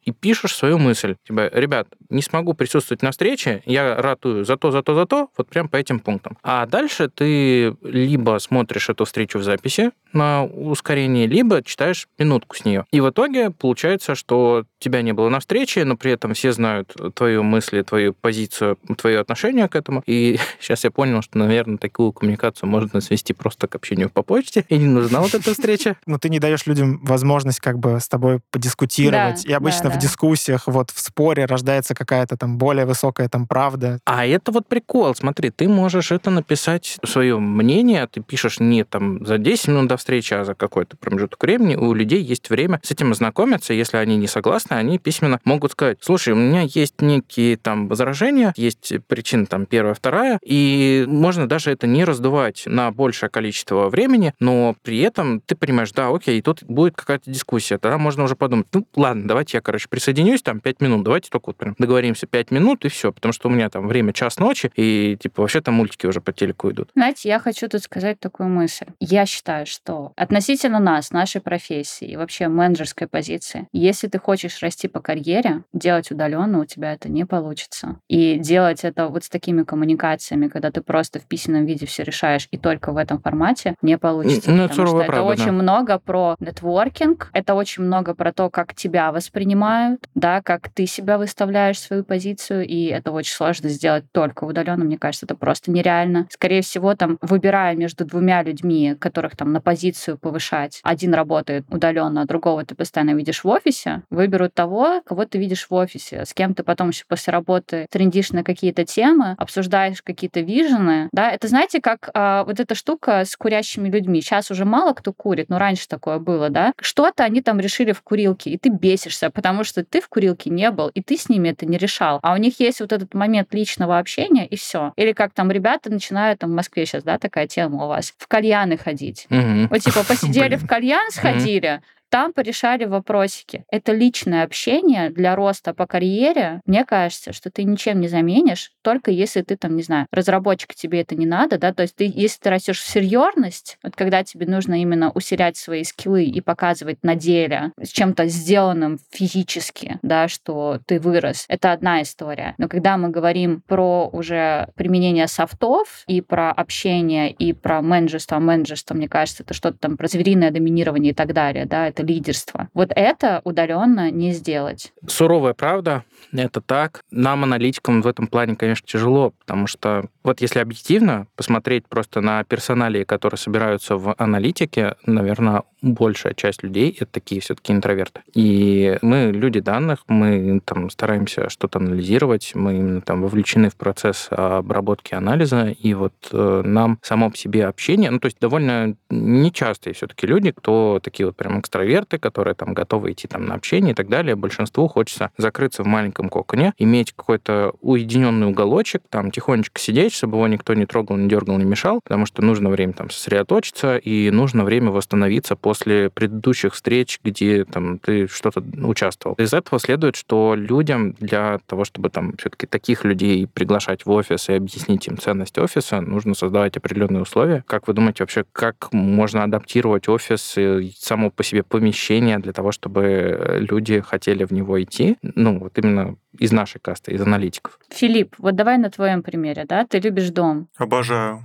и пишешь свою мысль. Типа, ребят, не смогу присутствовать на встрече, я ратую за то, вот прям по этим пунктам. А дальше ты либо смотришь эту встречу в записи на ускорение, либо читаешь минутку с нее. И в итоге получается, что тебя не было на встрече, но при этом все знают твои мысли, твою позицию, твое отношение к этому. И сейчас я понял, что, наверное, такую коммуникацию можно свести просто к общению по почте, и не нужна вот эта встреча. Но ты не даешь людям возможность как бы с тобой подискутировать. Да, И обычно в дискуссиях, вот в споре рождается какая-то там более высокая там правда. А это вот прикол. Смотри, ты можешь это написать, свое мнение, ты пишешь не там за 10 минут до встречи, а за какой-то промежуток времени. У людей есть время с этим ознакомиться. Если они не согласны, они письменно могут сказать: слушай, у меня есть некие там возражения, есть причина там первая, вторая, и можно даже это не раздувать на большее количество времени, но при этом ты понимаешь, да, окей, тут будет какая-то дискуссия, тогда можно уже подумать, ну, ладно, давайте я, присоединюсь, там, 5 минут, давайте только вот прям договоримся 5 минут, и все, потому что у меня там время час ночи, и, типа, вообще там мультики уже по телеку идут. Знаете, я хочу тут сказать такую мысль. Я считаю, что относительно нас, нашей профессии и вообще менеджерской позиции, если ты хочешь расти по карьере, делать удаленно у тебя это не получится. И делать это вот с такими коммуникациями, когда ты просто в письменном виде все решаешь, и только в этом формате, не получится. Ну, потому что это правда, очень много про нетворкинг, это очень много про то, как тебя воспринимают, да, как ты себя выставляешь, свою позицию, и это очень сложно сделать только в удаленном. Мне кажется, это просто нереально. Скорее всего, там, выбирая между двумя людьми, которых там на позицию повышать, один работает удаленно, а другого ты постоянно видишь в офисе, выберут того, кого ты видишь в офисе, с кем ты потом еще после работы трендишь на какие-то темы, обсуждаешь какие-то вижены, да, это, знаете, как вот эта штука с курящими людьми. Сейчас уже мало кто курит, но раньше такое было, да. Что-то они там решили в курилке, и ты бесишься, потому что ты в курилке не был, и ты с ними это не решал. А у них есть вот этот момент личного общения, и все. Или как там ребята начинают, там в Москве сейчас, да, такая тема у вас, в кальяны ходить. Вот типа посидели в кальян, сходили, там порешали вопросики. Это личное общение для роста по карьере. Мне кажется, что ты ничем не заменишь, только если ты там, не знаю, разработчик, тебе это не надо, да, то есть ты, если ты растешь в серьезность, вот когда тебе нужно именно усилять свои скиллы и показывать на деле с чем-то сделанным физически, да, что ты вырос, это одна история. Но когда мы говорим про уже применение софтов и про общение, и про менеджерство, мне кажется, это что-то там про звериное доминирование и так далее, да, это лидерство. Вот это удаленно не сделать. Суровая правда, это так. Нам, аналитикам, в этом плане, конечно, тяжело, потому что вот если объективно посмотреть просто на персоналии, которые собираются в аналитике, наверное, большая часть людей — это такие все-таки интроверты. И мы люди данных, мы там стараемся что-то анализировать, мы именно там вовлечены в процесс обработки анализа, и вот нам само по себе общение, ну, то есть довольно нечастые все-таки люди, кто такие вот прям экстраверты, которые там готовы идти там на общение и так далее. Большинству хочется закрыться в маленьком коконе, иметь какой-то уединенный уголочек, там тихонечко сидеть, чтобы его никто не трогал, не дергал, не мешал, потому что нужно время там сосредоточиться и нужно время восстановиться после предыдущих встреч, где там ты что-то участвовал. Из этого следует, что людям для того, чтобы там все-таки таких людей приглашать в офис и объяснить им ценность офиса, нужно создавать определенные условия. Как вы думаете вообще, как можно адаптировать офис и само по себе помещение для того, чтобы люди хотели в него идти? Ну, вот именно из нашей касты, из аналитиков. Филипп, вот давай на твоем примере, да? Ты любишь дом. Обожаю.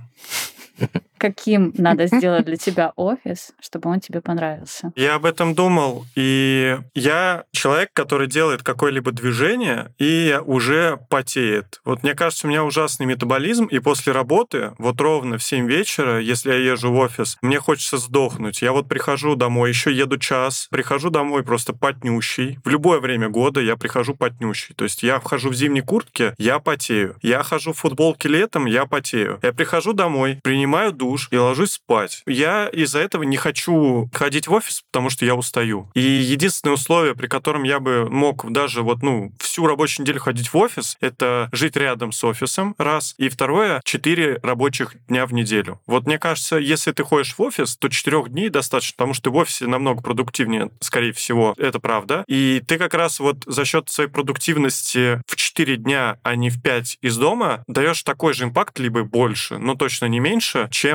Каким надо сделать для тебя офис, чтобы он тебе понравился? Я об этом думал, и я человек, который делает какое-либо движение и уже потеет. Вот мне кажется, у меня ужасный метаболизм, и после работы, вот ровно в 7 вечера, если я езжу в офис, мне хочется сдохнуть. Я вот прихожу домой, еще еду час, прихожу домой просто потнющий. В любое время года я прихожу потнющий. То есть я вхожу в зимней куртке, я потею. Я хожу в футболке летом, я потею. Я прихожу домой, принимаю душ и ложусь спать. Я из-за этого не хочу ходить в офис, потому что я устаю. И единственное условие, при котором я бы мог даже вот, всю рабочую неделю ходить в офис, это жить рядом с офисом, раз. И второе, 4 рабочих дня в неделю. Вот мне кажется, если ты ходишь в офис, то 4 дней достаточно, потому что ты в офисе намного продуктивнее, скорее всего, это правда. И ты как раз вот за счет своей продуктивности в 4 дня, а не в 5 из дома, даешь такой же импакт, либо больше, но точно не меньше, чем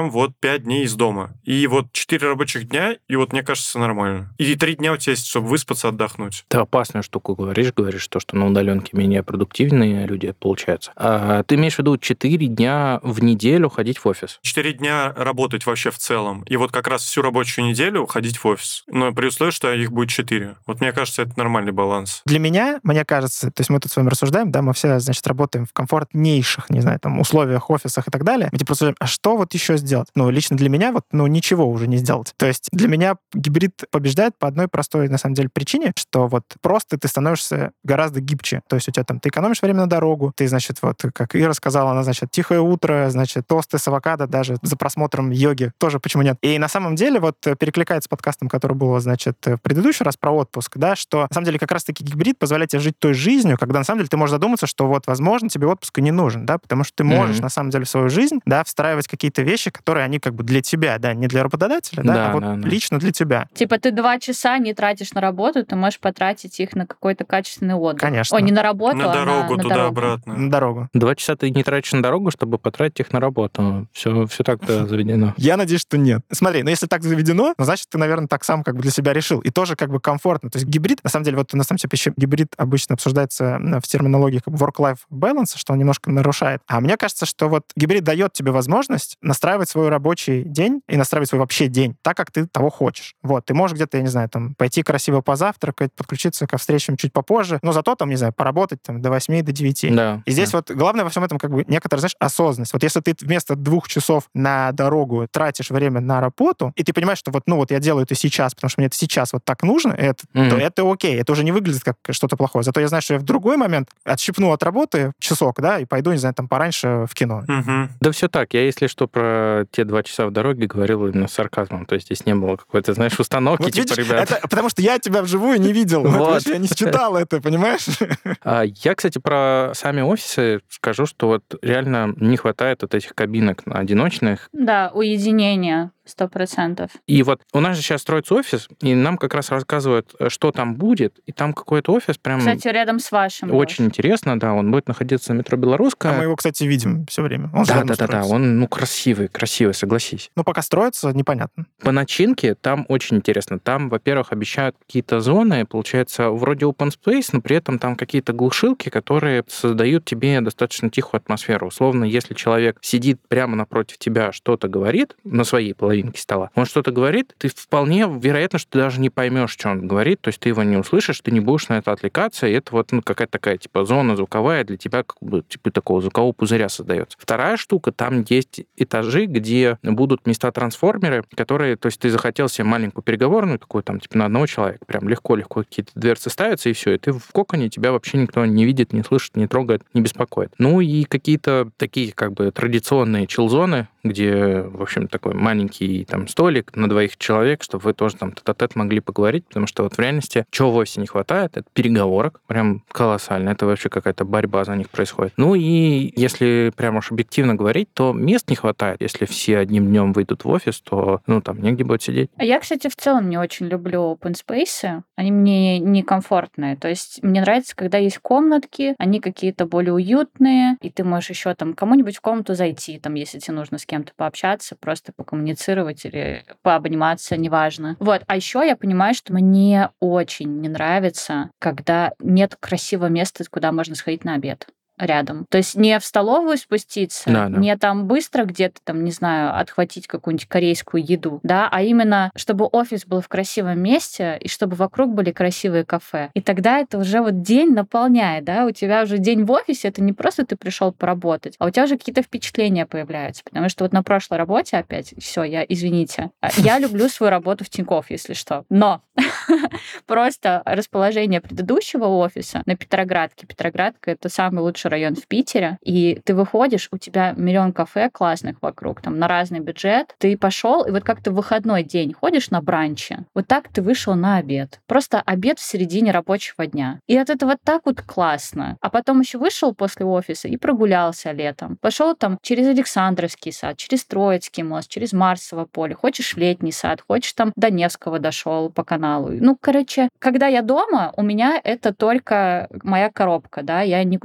там вот 5 дней из дома. И вот 4 рабочих дня, и вот мне кажется, нормально. И 3 дня у тебя есть, чтобы выспаться, отдохнуть. Ты опасную штуку говоришь, то, что на удаленке менее продуктивные люди, получается. А ты имеешь в виду 4 дня в неделю ходить в офис? 4 дня работать вообще в целом. И вот как раз всю рабочую неделю ходить в офис. Но при условии, что их будет 4. Вот мне кажется, это нормальный баланс. Для меня, мне кажется, то есть мы тут с вами рассуждаем, да, мы все, значит, работаем в комфортнейших, не знаю, там, условиях, офисах и так далее. Мы типа рассуждаем, а что вот еще сделать? Ну, лично для меня вот, ну, ничего уже не сделать. То есть для меня гибрид побеждает по одной простой, на самом деле, причине, что вот просто ты становишься гораздо гибче. То есть у тебя там, ты экономишь время на дорогу, ты, значит, вот, как Ира сказала, она, значит, тихое утро, значит, тосты с авокадо даже за просмотром йоги, тоже почему нет. И на самом деле вот перекликается с подкастом, который был, значит, в предыдущий раз про отпуск, да, что на самом деле как раз-таки гибрид позволяет тебе жить той жизнью, когда на самом деле ты можешь задуматься, что вот, возможно, тебе отпуск и не нужен, да, потому что ты можешь на самом деле в свою жизнь, да, встраивать какие-то вещи, которые они как бы для тебя, да, не для работодателя, да, а вот лично для тебя. Типа ты 2 часа не тратишь на работу, ты можешь потратить их на какой-то качественный отдых. Конечно. Ой, не на работу, на дорогу, на туда-обратно. На дорогу. 2 часа ты не тратишь на дорогу, чтобы потратить их на работу. Все так-то заведено. Я надеюсь, что нет. Смотри, ну если так заведено, ну, значит, ты, наверное, так сам как бы для себя решил. И тоже как бы комфортно. То есть гибрид, на самом деле, вот у нас там типа еще гибрид обычно обсуждается в терминологии как бы work-life balance, что он немножко нарушает. А мне кажется, что вот гибрид дает тебе возможность настраивать свой рабочий день и настраивать свой вообще день так, как ты того хочешь. Вот, ты можешь где-то, я не знаю, там, пойти красиво позавтракать, подключиться ко встречам чуть попозже, но зато там, не знаю, поработать там до 8, до 9. Да. И здесь вот главное во всем этом как бы некоторая, знаешь, осознанность. Вот если ты вместо 2 часов на дорогу тратишь время на работу, и ты понимаешь, что вот, ну вот я делаю это сейчас, потому что мне это сейчас вот так нужно, то это окей. Это уже не выглядит как что-то плохое. Зато я знаю, что я в другой момент отщипну от работы часок, да, и пойду, не знаю, там пораньше в кино. Да все так. Я, если что, про те 2 часа в дороге говорил именно с сарказмом. То есть здесь не было какой-то, знаешь, установки, вот типа, видишь, ребят... это потому что я тебя вживую не видел. Вот. Я не считал это, понимаешь? Я, кстати, про сами офисы скажу, что вот реально не хватает вот этих кабинок одиночных. Да, уединения. 100%. И вот у нас же сейчас строится офис, и нам как раз рассказывают, что там будет, и там какой-то офис прям... Кстати, рядом с вашим. Очень интересно, да, он будет находиться на метро Белорусская. А мы его, кстати, видим все время. Он Да, он, красивый, согласись. Но пока строится, непонятно. По начинке там очень интересно. Там, во-первых, обещают какие-то зоны, получается, вроде open space, но при этом там какие-то глушилки, которые создают тебе достаточно тихую атмосферу. Условно, если человек сидит прямо напротив тебя, что-то говорит на своей половинке стола, он что-то говорит, ты вполне вероятно, что ты даже не поймешь, что он говорит, то есть ты его не услышишь, ты не будешь на это отвлекаться, и это вот какая-то такая типа зона звуковая для тебя, как бы типа такого звукового пузыря создается. Вторая штука, там есть этажи, где будут места-трансформеры, которые, то есть ты захотел себе маленькую переговорную, такую там типа на одного человека, прям легко-легко какие-то дверцы ставятся, и все, и ты в коконе, тебя вообще никто не видит, не слышит, не трогает, не беспокоит. Ну и какие-то такие как бы традиционные чилл-зоны, где, в общем, такой маленький там столик на 2 человек, чтобы вы тоже там тет-а-тет могли поговорить, потому что вот в реальности чего в офисе не хватает, это переговорок, прям колоссально, это вообще какая-то борьба за них происходит. Ну и если прям уж объективно говорить, то мест не хватает. Если все одним днем выйдут в офис, то, там негде будет сидеть. А я, кстати, в целом не очень люблю open space, они мне некомфортные, то есть мне нравится, когда есть комнатки, они какие-то более уютные, и ты можешь еще там кому-нибудь в комнату зайти, там, если тебе нужно с кем-то пообщаться, просто покоммуницировать или пообниматься, неважно. Вот. А еще я понимаю, что мне очень не нравится, когда нет красивого места, куда можно сходить на обед рядом. То есть не в столовую спуститься, не там быстро где-то там, не знаю, отхватить какую-нибудь корейскую еду, да, а именно, чтобы офис был в красивом месте и чтобы вокруг были красивые кафе. И тогда это уже вот день наполняет, да, у тебя уже день в офисе, это не просто ты пришел поработать, а у тебя уже какие-то впечатления появляются. Потому что вот на прошлой работе опять, извините, я люблю свою работу в Тинькофф, если что, но просто расположение предыдущего офиса на Петроградке. Петроградка — это самый лучший район в Питере, и ты выходишь, у тебя миллион кафе классных вокруг, там на разный бюджет, ты пошел, и вот как ты в выходной день ходишь на бранчи, вот так ты вышел на обед. Просто обед в середине рабочего дня. И от этого так вот классно. А потом еще вышел после офиса и прогулялся летом. Пошел там через Александровский сад, через Троицкий мост, через Марсово поле. Хочешь в летний сад, хочешь там до Невского дошел по каналу. Короче, когда я дома, у меня это только моя коробка, да, я никуда не выхожу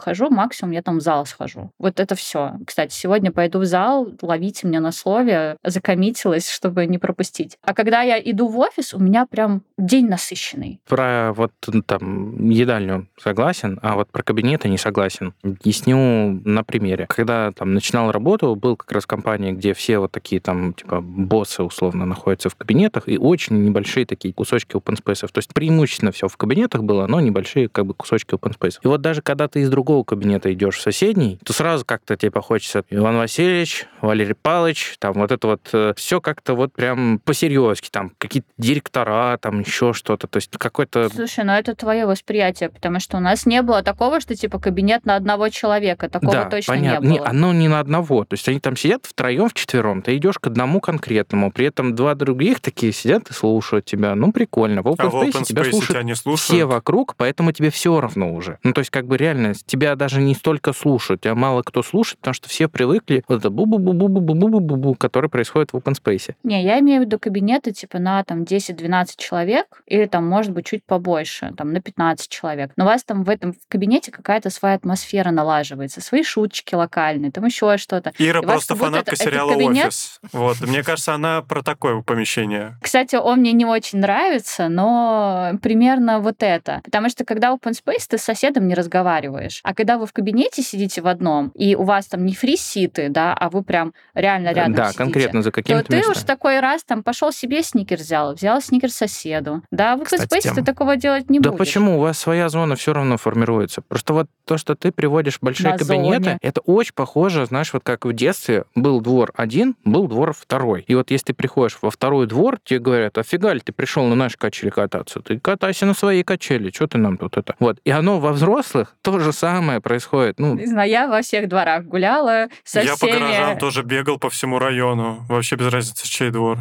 хожу, максимум я там в зал схожу. Вот это все. Кстати, сегодня пойду в зал, ловите меня на слове, закоммитилась, чтобы не пропустить. А когда я иду в офис, у меня прям день насыщенный. Про вот там едальню согласен, а вот про кабинеты не согласен. Объясню на примере. Когда там начинал работу, был как раз компания, где все вот такие там типа боссы условно находятся в кабинетах, и очень небольшие такие кусочки open space. То есть преимущественно все в кабинетах было, но небольшие как бы кусочки open space. И вот даже когда ты из другого кабинета идешь в соседний, то сразу как-то типа хочется Иван Васильевич, Валерий Павлович, там вот это вот все как-то вот прям по-серьезки, там какие-то директора, там еще что-то. То есть какой-то... Слушай, ну это твое восприятие, потому что у нас не было такого, что типа кабинет на одного человека. Такого Да, точно понятно. не было. Оно не на одного. То есть они там сидят втроем, вчетвером. Ты идешь к одному конкретному. При этом два других такие сидят и слушают тебя. Ну, прикольно. В Open Space тебя слушают не слушают? все вокруг, поэтому тебе все равно уже. Ну, то есть как бы реально тебя даже не столько слушают, тебя мало кто слушает, потому что все привыкли вот это бу-бу-бу-бу-бу-бу-бу-бу, которое происходит в Open Space. Не, я имею в виду кабинеты типа на там 10-12 человек или там, может быть, чуть побольше, там на 15 человек. Но у вас там в этом кабинете какая-то своя атмосфера налаживается, свои шуточки локальные, там еще что-то. Ира просто фанатка сериала кабинет... «Офис». Вот. Мне кажется, она про такое помещение. Кстати, он мне не очень нравится, но примерно вот это. Потому что когда open space, ты с соседом не разговариваешь. А когда вы в кабинете сидите в одном, и у вас там не фри-ситы, да, а вы прям реально рядом да, сидите, конкретно за каким-то то ты местом. уж такой раз там пошел себе сникерс взял сникерс соседу. Да, в open space ты такого делать не да будешь. почему? У вас своя зона все равно формируется. Просто вот то, что ты приводишь большие На кабинеты, зоне. это очень похоже, знаешь, вот как в детстве был двор один, был двор второй. И вот если ты приходишь во второй двор, тебе говорят, офига ли ты пришел на наши качели кататься? Ты катайся на своей качели, что ты нам тут это? Вот. И оно во взрослых то же самое происходит. Ну, Не знаю, я во всех дворах гуляла со Я всеми... по гаражам тоже бегал по всему району. Вообще без разницы, чей двор.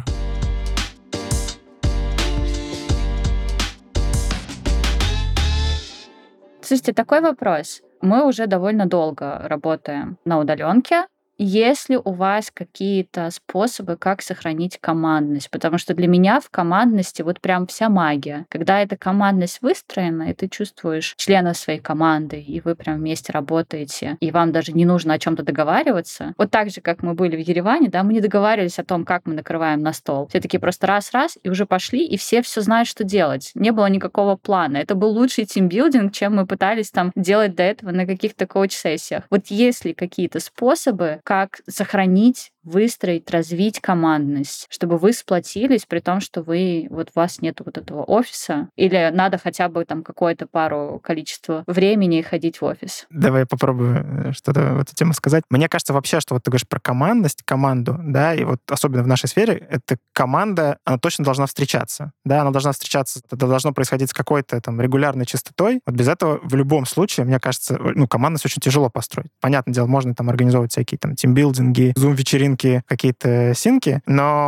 Слушайте, такой вопрос. Мы уже довольно долго работаем на удаленке. Есть ли у вас какие-то способы, как сохранить командность? Потому что для меня в командности вот прям вся магия. Когда эта командность выстроена, и ты чувствуешь членов своей команды, и вы прям вместе работаете, и вам даже не нужно о чем-то договариваться. Вот так же, как мы были в Ереване, да, мы не договаривались о том, как мы накрываем на стол. Все таки просто раз-раз, и уже пошли, и все знают, что делать. Не было никакого плана. Это был лучший тимбилдинг, чем мы пытались там делать до этого на каких-то коуч-сессиях. Вот есть ли какие-то способы, как сохранить, выстроить, развить командность, чтобы вы сплотились, при том, что вот у вас нет вот этого офиса, или надо хотя бы там какое-то количество времени ходить в офис? Давай я попробую что-то в эту тему сказать. Мне кажется вообще, что вот ты говоришь про командность, команду, да, и вот особенно в нашей сфере, эта команда, она точно должна встречаться, да, она должна встречаться, это должно происходить с какой-то там регулярной частотой. Вот без этого в любом случае, мне кажется, командность очень тяжело построить. Понятное дело, можно там организовывать всякие там тимбилдинги, зум-вечеринки, какие-то синки,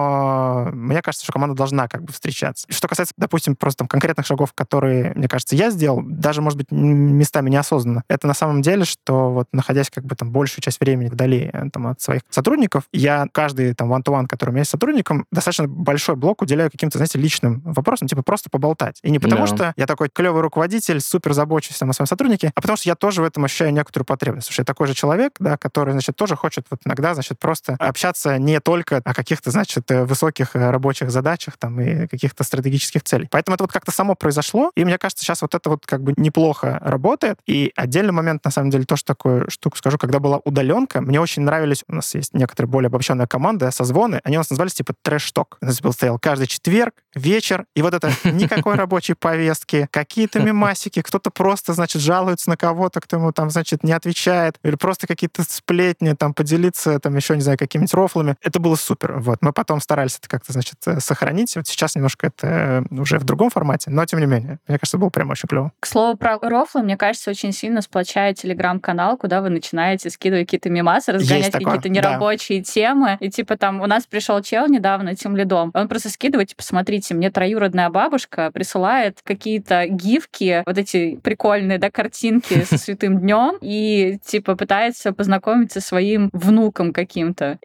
но мне кажется, что команда должна как бы встречаться. Что касается, допустим, просто там конкретных шагов, которые, мне кажется, я сделал, даже, может быть, местами неосознанно, это на самом деле, что вот находясь как бы там большую часть времени вдали там, от своих сотрудников, я каждый там one-to-one, который у меня есть с сотрудником, достаточно большой блок уделяю каким-то, знаете, личным вопросам, типа просто поболтать. И не потому, что я такой клевый руководитель, супер забочусь там, о своем сотруднике, а потому что я тоже в этом ощущаю некоторую потребность. Потому что я такой же человек, да, который, значит, тоже хочет вот иногда, значит, просто общаться не только о каких-то, значит, высоких рабочих задачах там и каких-то стратегических целей. Поэтому это вот как-то само произошло, и мне кажется, сейчас вот это вот как бы неплохо работает. И отдельный момент, на самом деле, тоже такую штуку скажу, когда была удаленка, мне очень нравились, у нас есть некоторые более обобщенная команда, созвоны, они у нас назывались типа трэш-ток. У нас стоял каждый четверг, вечер, и вот это никакой рабочей повестки, какие-то мемасики, кто-то просто, значит, жалуется на кого-то, кто ему там, значит, не отвечает, или просто какие-то сплетни, там, поделиться, там, еще, не знаю, какими-нибудь рофлами. Это было супер. Вот. Мы потом старались это как-то, значит, сохранить. Вот сейчас немножко это уже в другом формате, но тем не менее, мне кажется, было прям очень клево. К слову про рофлы, мне кажется, очень сильно сплочает телеграм-канал, куда вы начинаете скидывать какие-то мемасы, разгонять какие-то нерабочие темы. И типа там у нас пришел чел недавно, тимлидом, он просто скидывает, типа, смотрите, мне троюродная бабушка присылает какие-то гифки, вот эти прикольные, да, картинки со святым днем, и типа пытается познакомиться со своим внуком каким-то.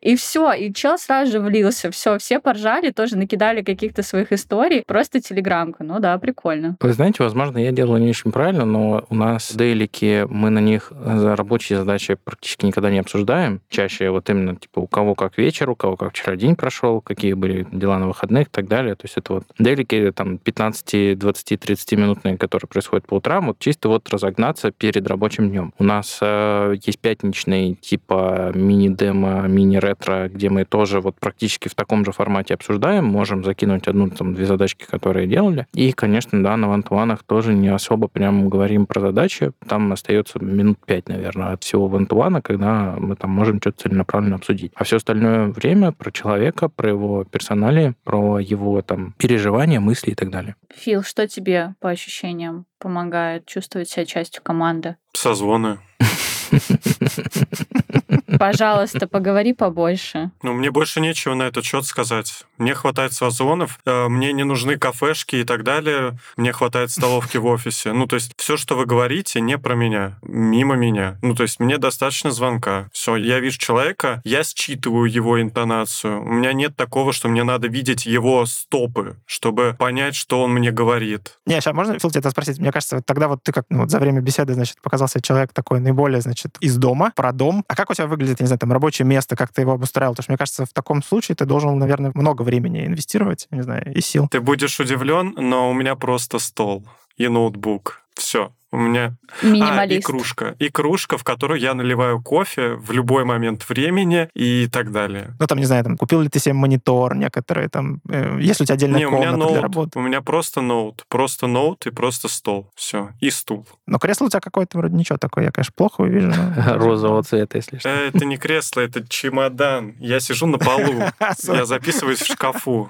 И все, и чел сразу же влился. Все поржали, тоже накидали каких-то своих историй. Просто телеграмка. Ну да, прикольно. Вы знаете, возможно, я делаю не очень правильно, но у нас дейлики, мы на них за рабочие задачи практически никогда не обсуждаем. Чаще вот именно типа у кого как вечер, у кого как вчера день прошел, какие были дела на выходных и так далее. То есть это вот дейлики там 15, 20, 30-минутные, которые происходят по утрам, вот чисто вот разогнаться перед рабочим днем. У нас есть пятничный типа мини-демо, мини-ретро, где мы тоже вот практически в таком же формате обсуждаем, можем закинуть одну, там, две задачки, которые делали. И, конечно, да, на ван-ту-ванах тоже не особо прям говорим про задачи. Там остается минут 5, наверное, от всего ван-ту-вана, когда мы там можем что-то целенаправленно обсудить. А все остальное время про человека, про его персоналии, про его там переживания, мысли и так далее. Фил, что тебе по ощущениям помогает чувствовать себя частью команды? Созвоны. Пожалуйста, поговори побольше. Ну, мне больше нечего на этот счет сказать. Мне хватает созвонов, мне не нужны кафешки и так далее, мне хватает столовки в офисе. Ну, то есть все, что вы говорите, не про меня, мимо меня. Ну, то есть мне достаточно звонка. Все, я вижу человека, я считываю его интонацию. У меня нет такого, что мне надо видеть его стопы, чтобы понять, что он мне говорит. Не, сейчас можно, Фил, тебя это спросить? Мне кажется, вот тогда вот ты как вот за время беседы, значит, показался человек такой наиболее, значит, из дома, про дом. А как у тебя выглядит, я не знаю, там рабочее место, как ты его обустраивал? Потому что, мне кажется, в таком случае ты должен, наверное, много времени инвестировать, я не знаю, и сил. Ты будешь удивлен, но у меня просто стол и ноутбук. Все. У меня... Минималист. И кружка. И кружка, в которую я наливаю кофе в любой момент времени и так далее. Ну, там, не знаю, там, купил ли ты себе монитор некоторые, там, есть ли у тебя отдельная Не, у меня комната ноут. для работы? У меня просто ноут. Просто ноут и просто стол. Все. И стул. Но кресло у тебя какое-то вроде ничего такое, я, конечно, плохо увижу. Розового цвета, если что. Это не кресло, это чемодан. Я сижу на полу. Я записываюсь в шкафу.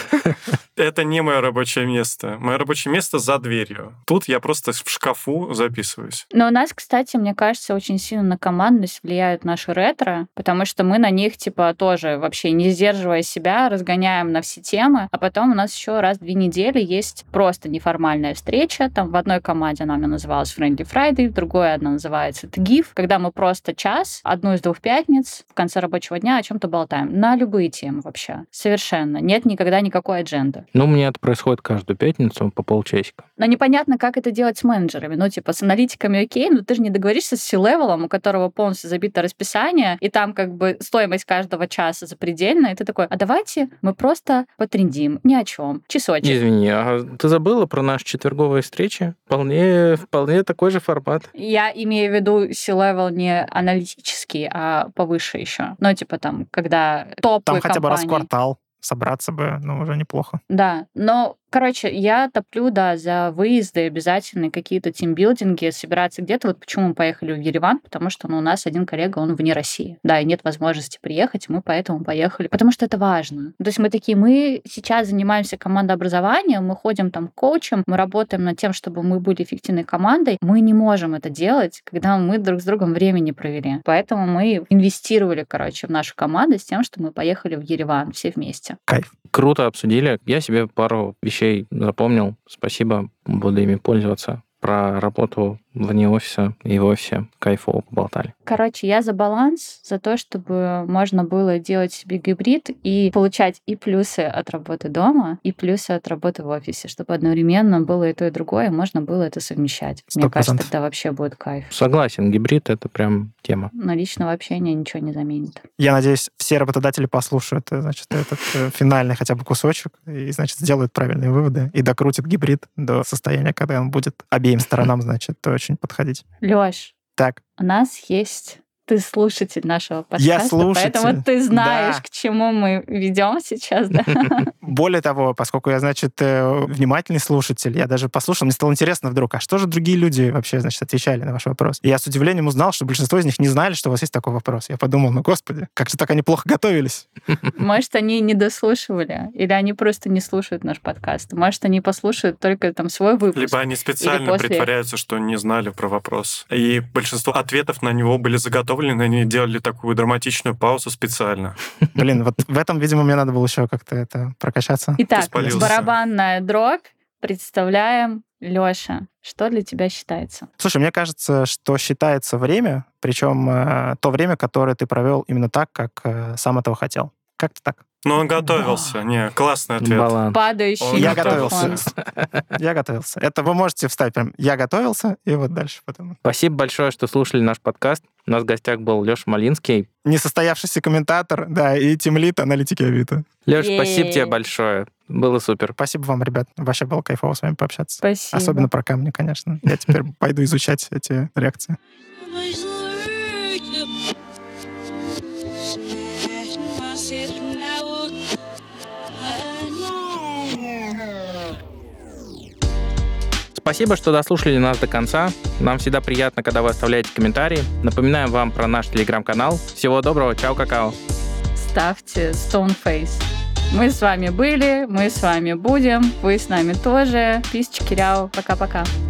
Это не мое рабочее место. Мое рабочее место за дверью. Тут я просто в шкафу записываюсь. Но у нас, кстати, мне кажется, очень сильно на командность влияют наши ретро, потому что мы на них, типа, тоже вообще не сдерживая себя, разгоняем на все темы, а потом у нас еще раз в 2 недели есть просто неформальная встреча. Там в одной команде она называлась Friendly Friday, в другой она называется TGIF, когда мы просто час, одну из 2 пятниц в конце рабочего дня о чем-то болтаем. На любые темы вообще. Совершенно. Нет никогда никакой адженды. Ну, у меня это происходит каждую пятницу по полчасика. Но непонятно, как это делать с менеджерами. Ну, типа, с аналитиками окей, но ты же не договоришься с C-левелом, у которого полностью забито расписание, и там как бы стоимость каждого часа запредельная, и ты такой, а давайте мы просто потрендим, ни о чем, часочек. Извини, а ты забыла про наши четверговые встречи? Вполне такой же формат. Я имею в виду C-level не аналитический, а повыше еще. Ну, типа там, когда топы Там хотя бы раз в компаний. квартал собраться бы, ну, уже неплохо. Да, но, короче, я топлю, да, за выезды, обязательно какие-то тимбилдинги, собираться где-то. Вот почему мы поехали в Ереван, потому что у нас один коллега, он вне России. Да, и нет возможности приехать, и мы поэтому поехали. Потому что это важно. То есть мы такие, мы сейчас занимаемся командообразованием, мы ходим там к коучам, мы работаем над тем, чтобы мы были эффективной командой. Мы не можем это делать, когда мы друг с другом времени провели. Поэтому мы инвестировали, короче, в нашу команду с тем, что мы поехали в Ереван все вместе. Кайф. Круто обсудили. Я себе пару вещей запомнил. Спасибо, буду ими пользоваться. Про работу вне офиса и в офисе кайфово поболтали. Короче, я за баланс, за то, чтобы можно было делать себе гибрид и получать и плюсы от работы дома, и плюсы от работы в офисе, чтобы одновременно было и то, и другое, и можно было это совмещать. Мне 100%. кажется, тогда вообще будет кайф. Согласен, гибрид — это прям тема. Но личного общения ничего не заменит. Я надеюсь, все работодатели послушают, значит, этот финальный хотя бы кусочек и, значит, сделают правильные выводы и докрутят гибрид до состояния, когда он будет обеим сторонам, значит, очень подходить. Лёш, Так, у нас есть... Ты слушатель нашего подкаста, Я слушатель, поэтому ты знаешь, да. к чему мы ведем сейчас, да? более того, поскольку я, значит, внимательный слушатель, я даже послушал, мне стало интересно вдруг, а что же другие люди вообще, значит, отвечали на ваш вопрос? И я с удивлением узнал, что большинство из них не знали, что у вас есть такой вопрос. Я подумал, ну, господи, как же так они плохо готовились? Может, они не дослушивали, или они просто не слушают наш подкаст. Может, они послушают только там свой выпуск. Либо они специально после- притворяются, что не знали про вопрос. И большинство ответов на него были заготовлены, они делали такую драматичную паузу специально. Блин, вот в этом, видимо, мне надо было еще как-то это прокачаться. Итак, спалился. барабанная дробь. Представляем Лёша, что для тебя считается? Слушай, мне кажется, что считается время, причем то время, которое ты провел именно так, как сам этого хотел. Как-то так. Но он готовился. Не, классный ответ. Баланс. Падающий Он Я микрофон. готовился. Я готовился. Это вы можете вставить прям «я готовился», и вот дальше потом. Спасибо большое, что слушали наш подкаст. У нас в гостях был Леша Малинский. Несостоявшийся комментатор, да, и тимлид аналитики Авито. Леша, Е-е-е. спасибо тебе большое. Было супер. Спасибо вам, ребят. Вообще было кайфово с вами пообщаться. Спасибо. Особенно про камни, конечно. Я теперь пойду изучать эти реакции. Спасибо, что дослушали нас до конца. Нам всегда приятно, когда вы оставляете комментарии. Напоминаем вам про наш телеграм-канал. Всего доброго. Чао, какао. Ставьте Stoneface. Мы с вами были, мы с вами будем, вы с нами тоже. Пис, чикиряу, пока-пока.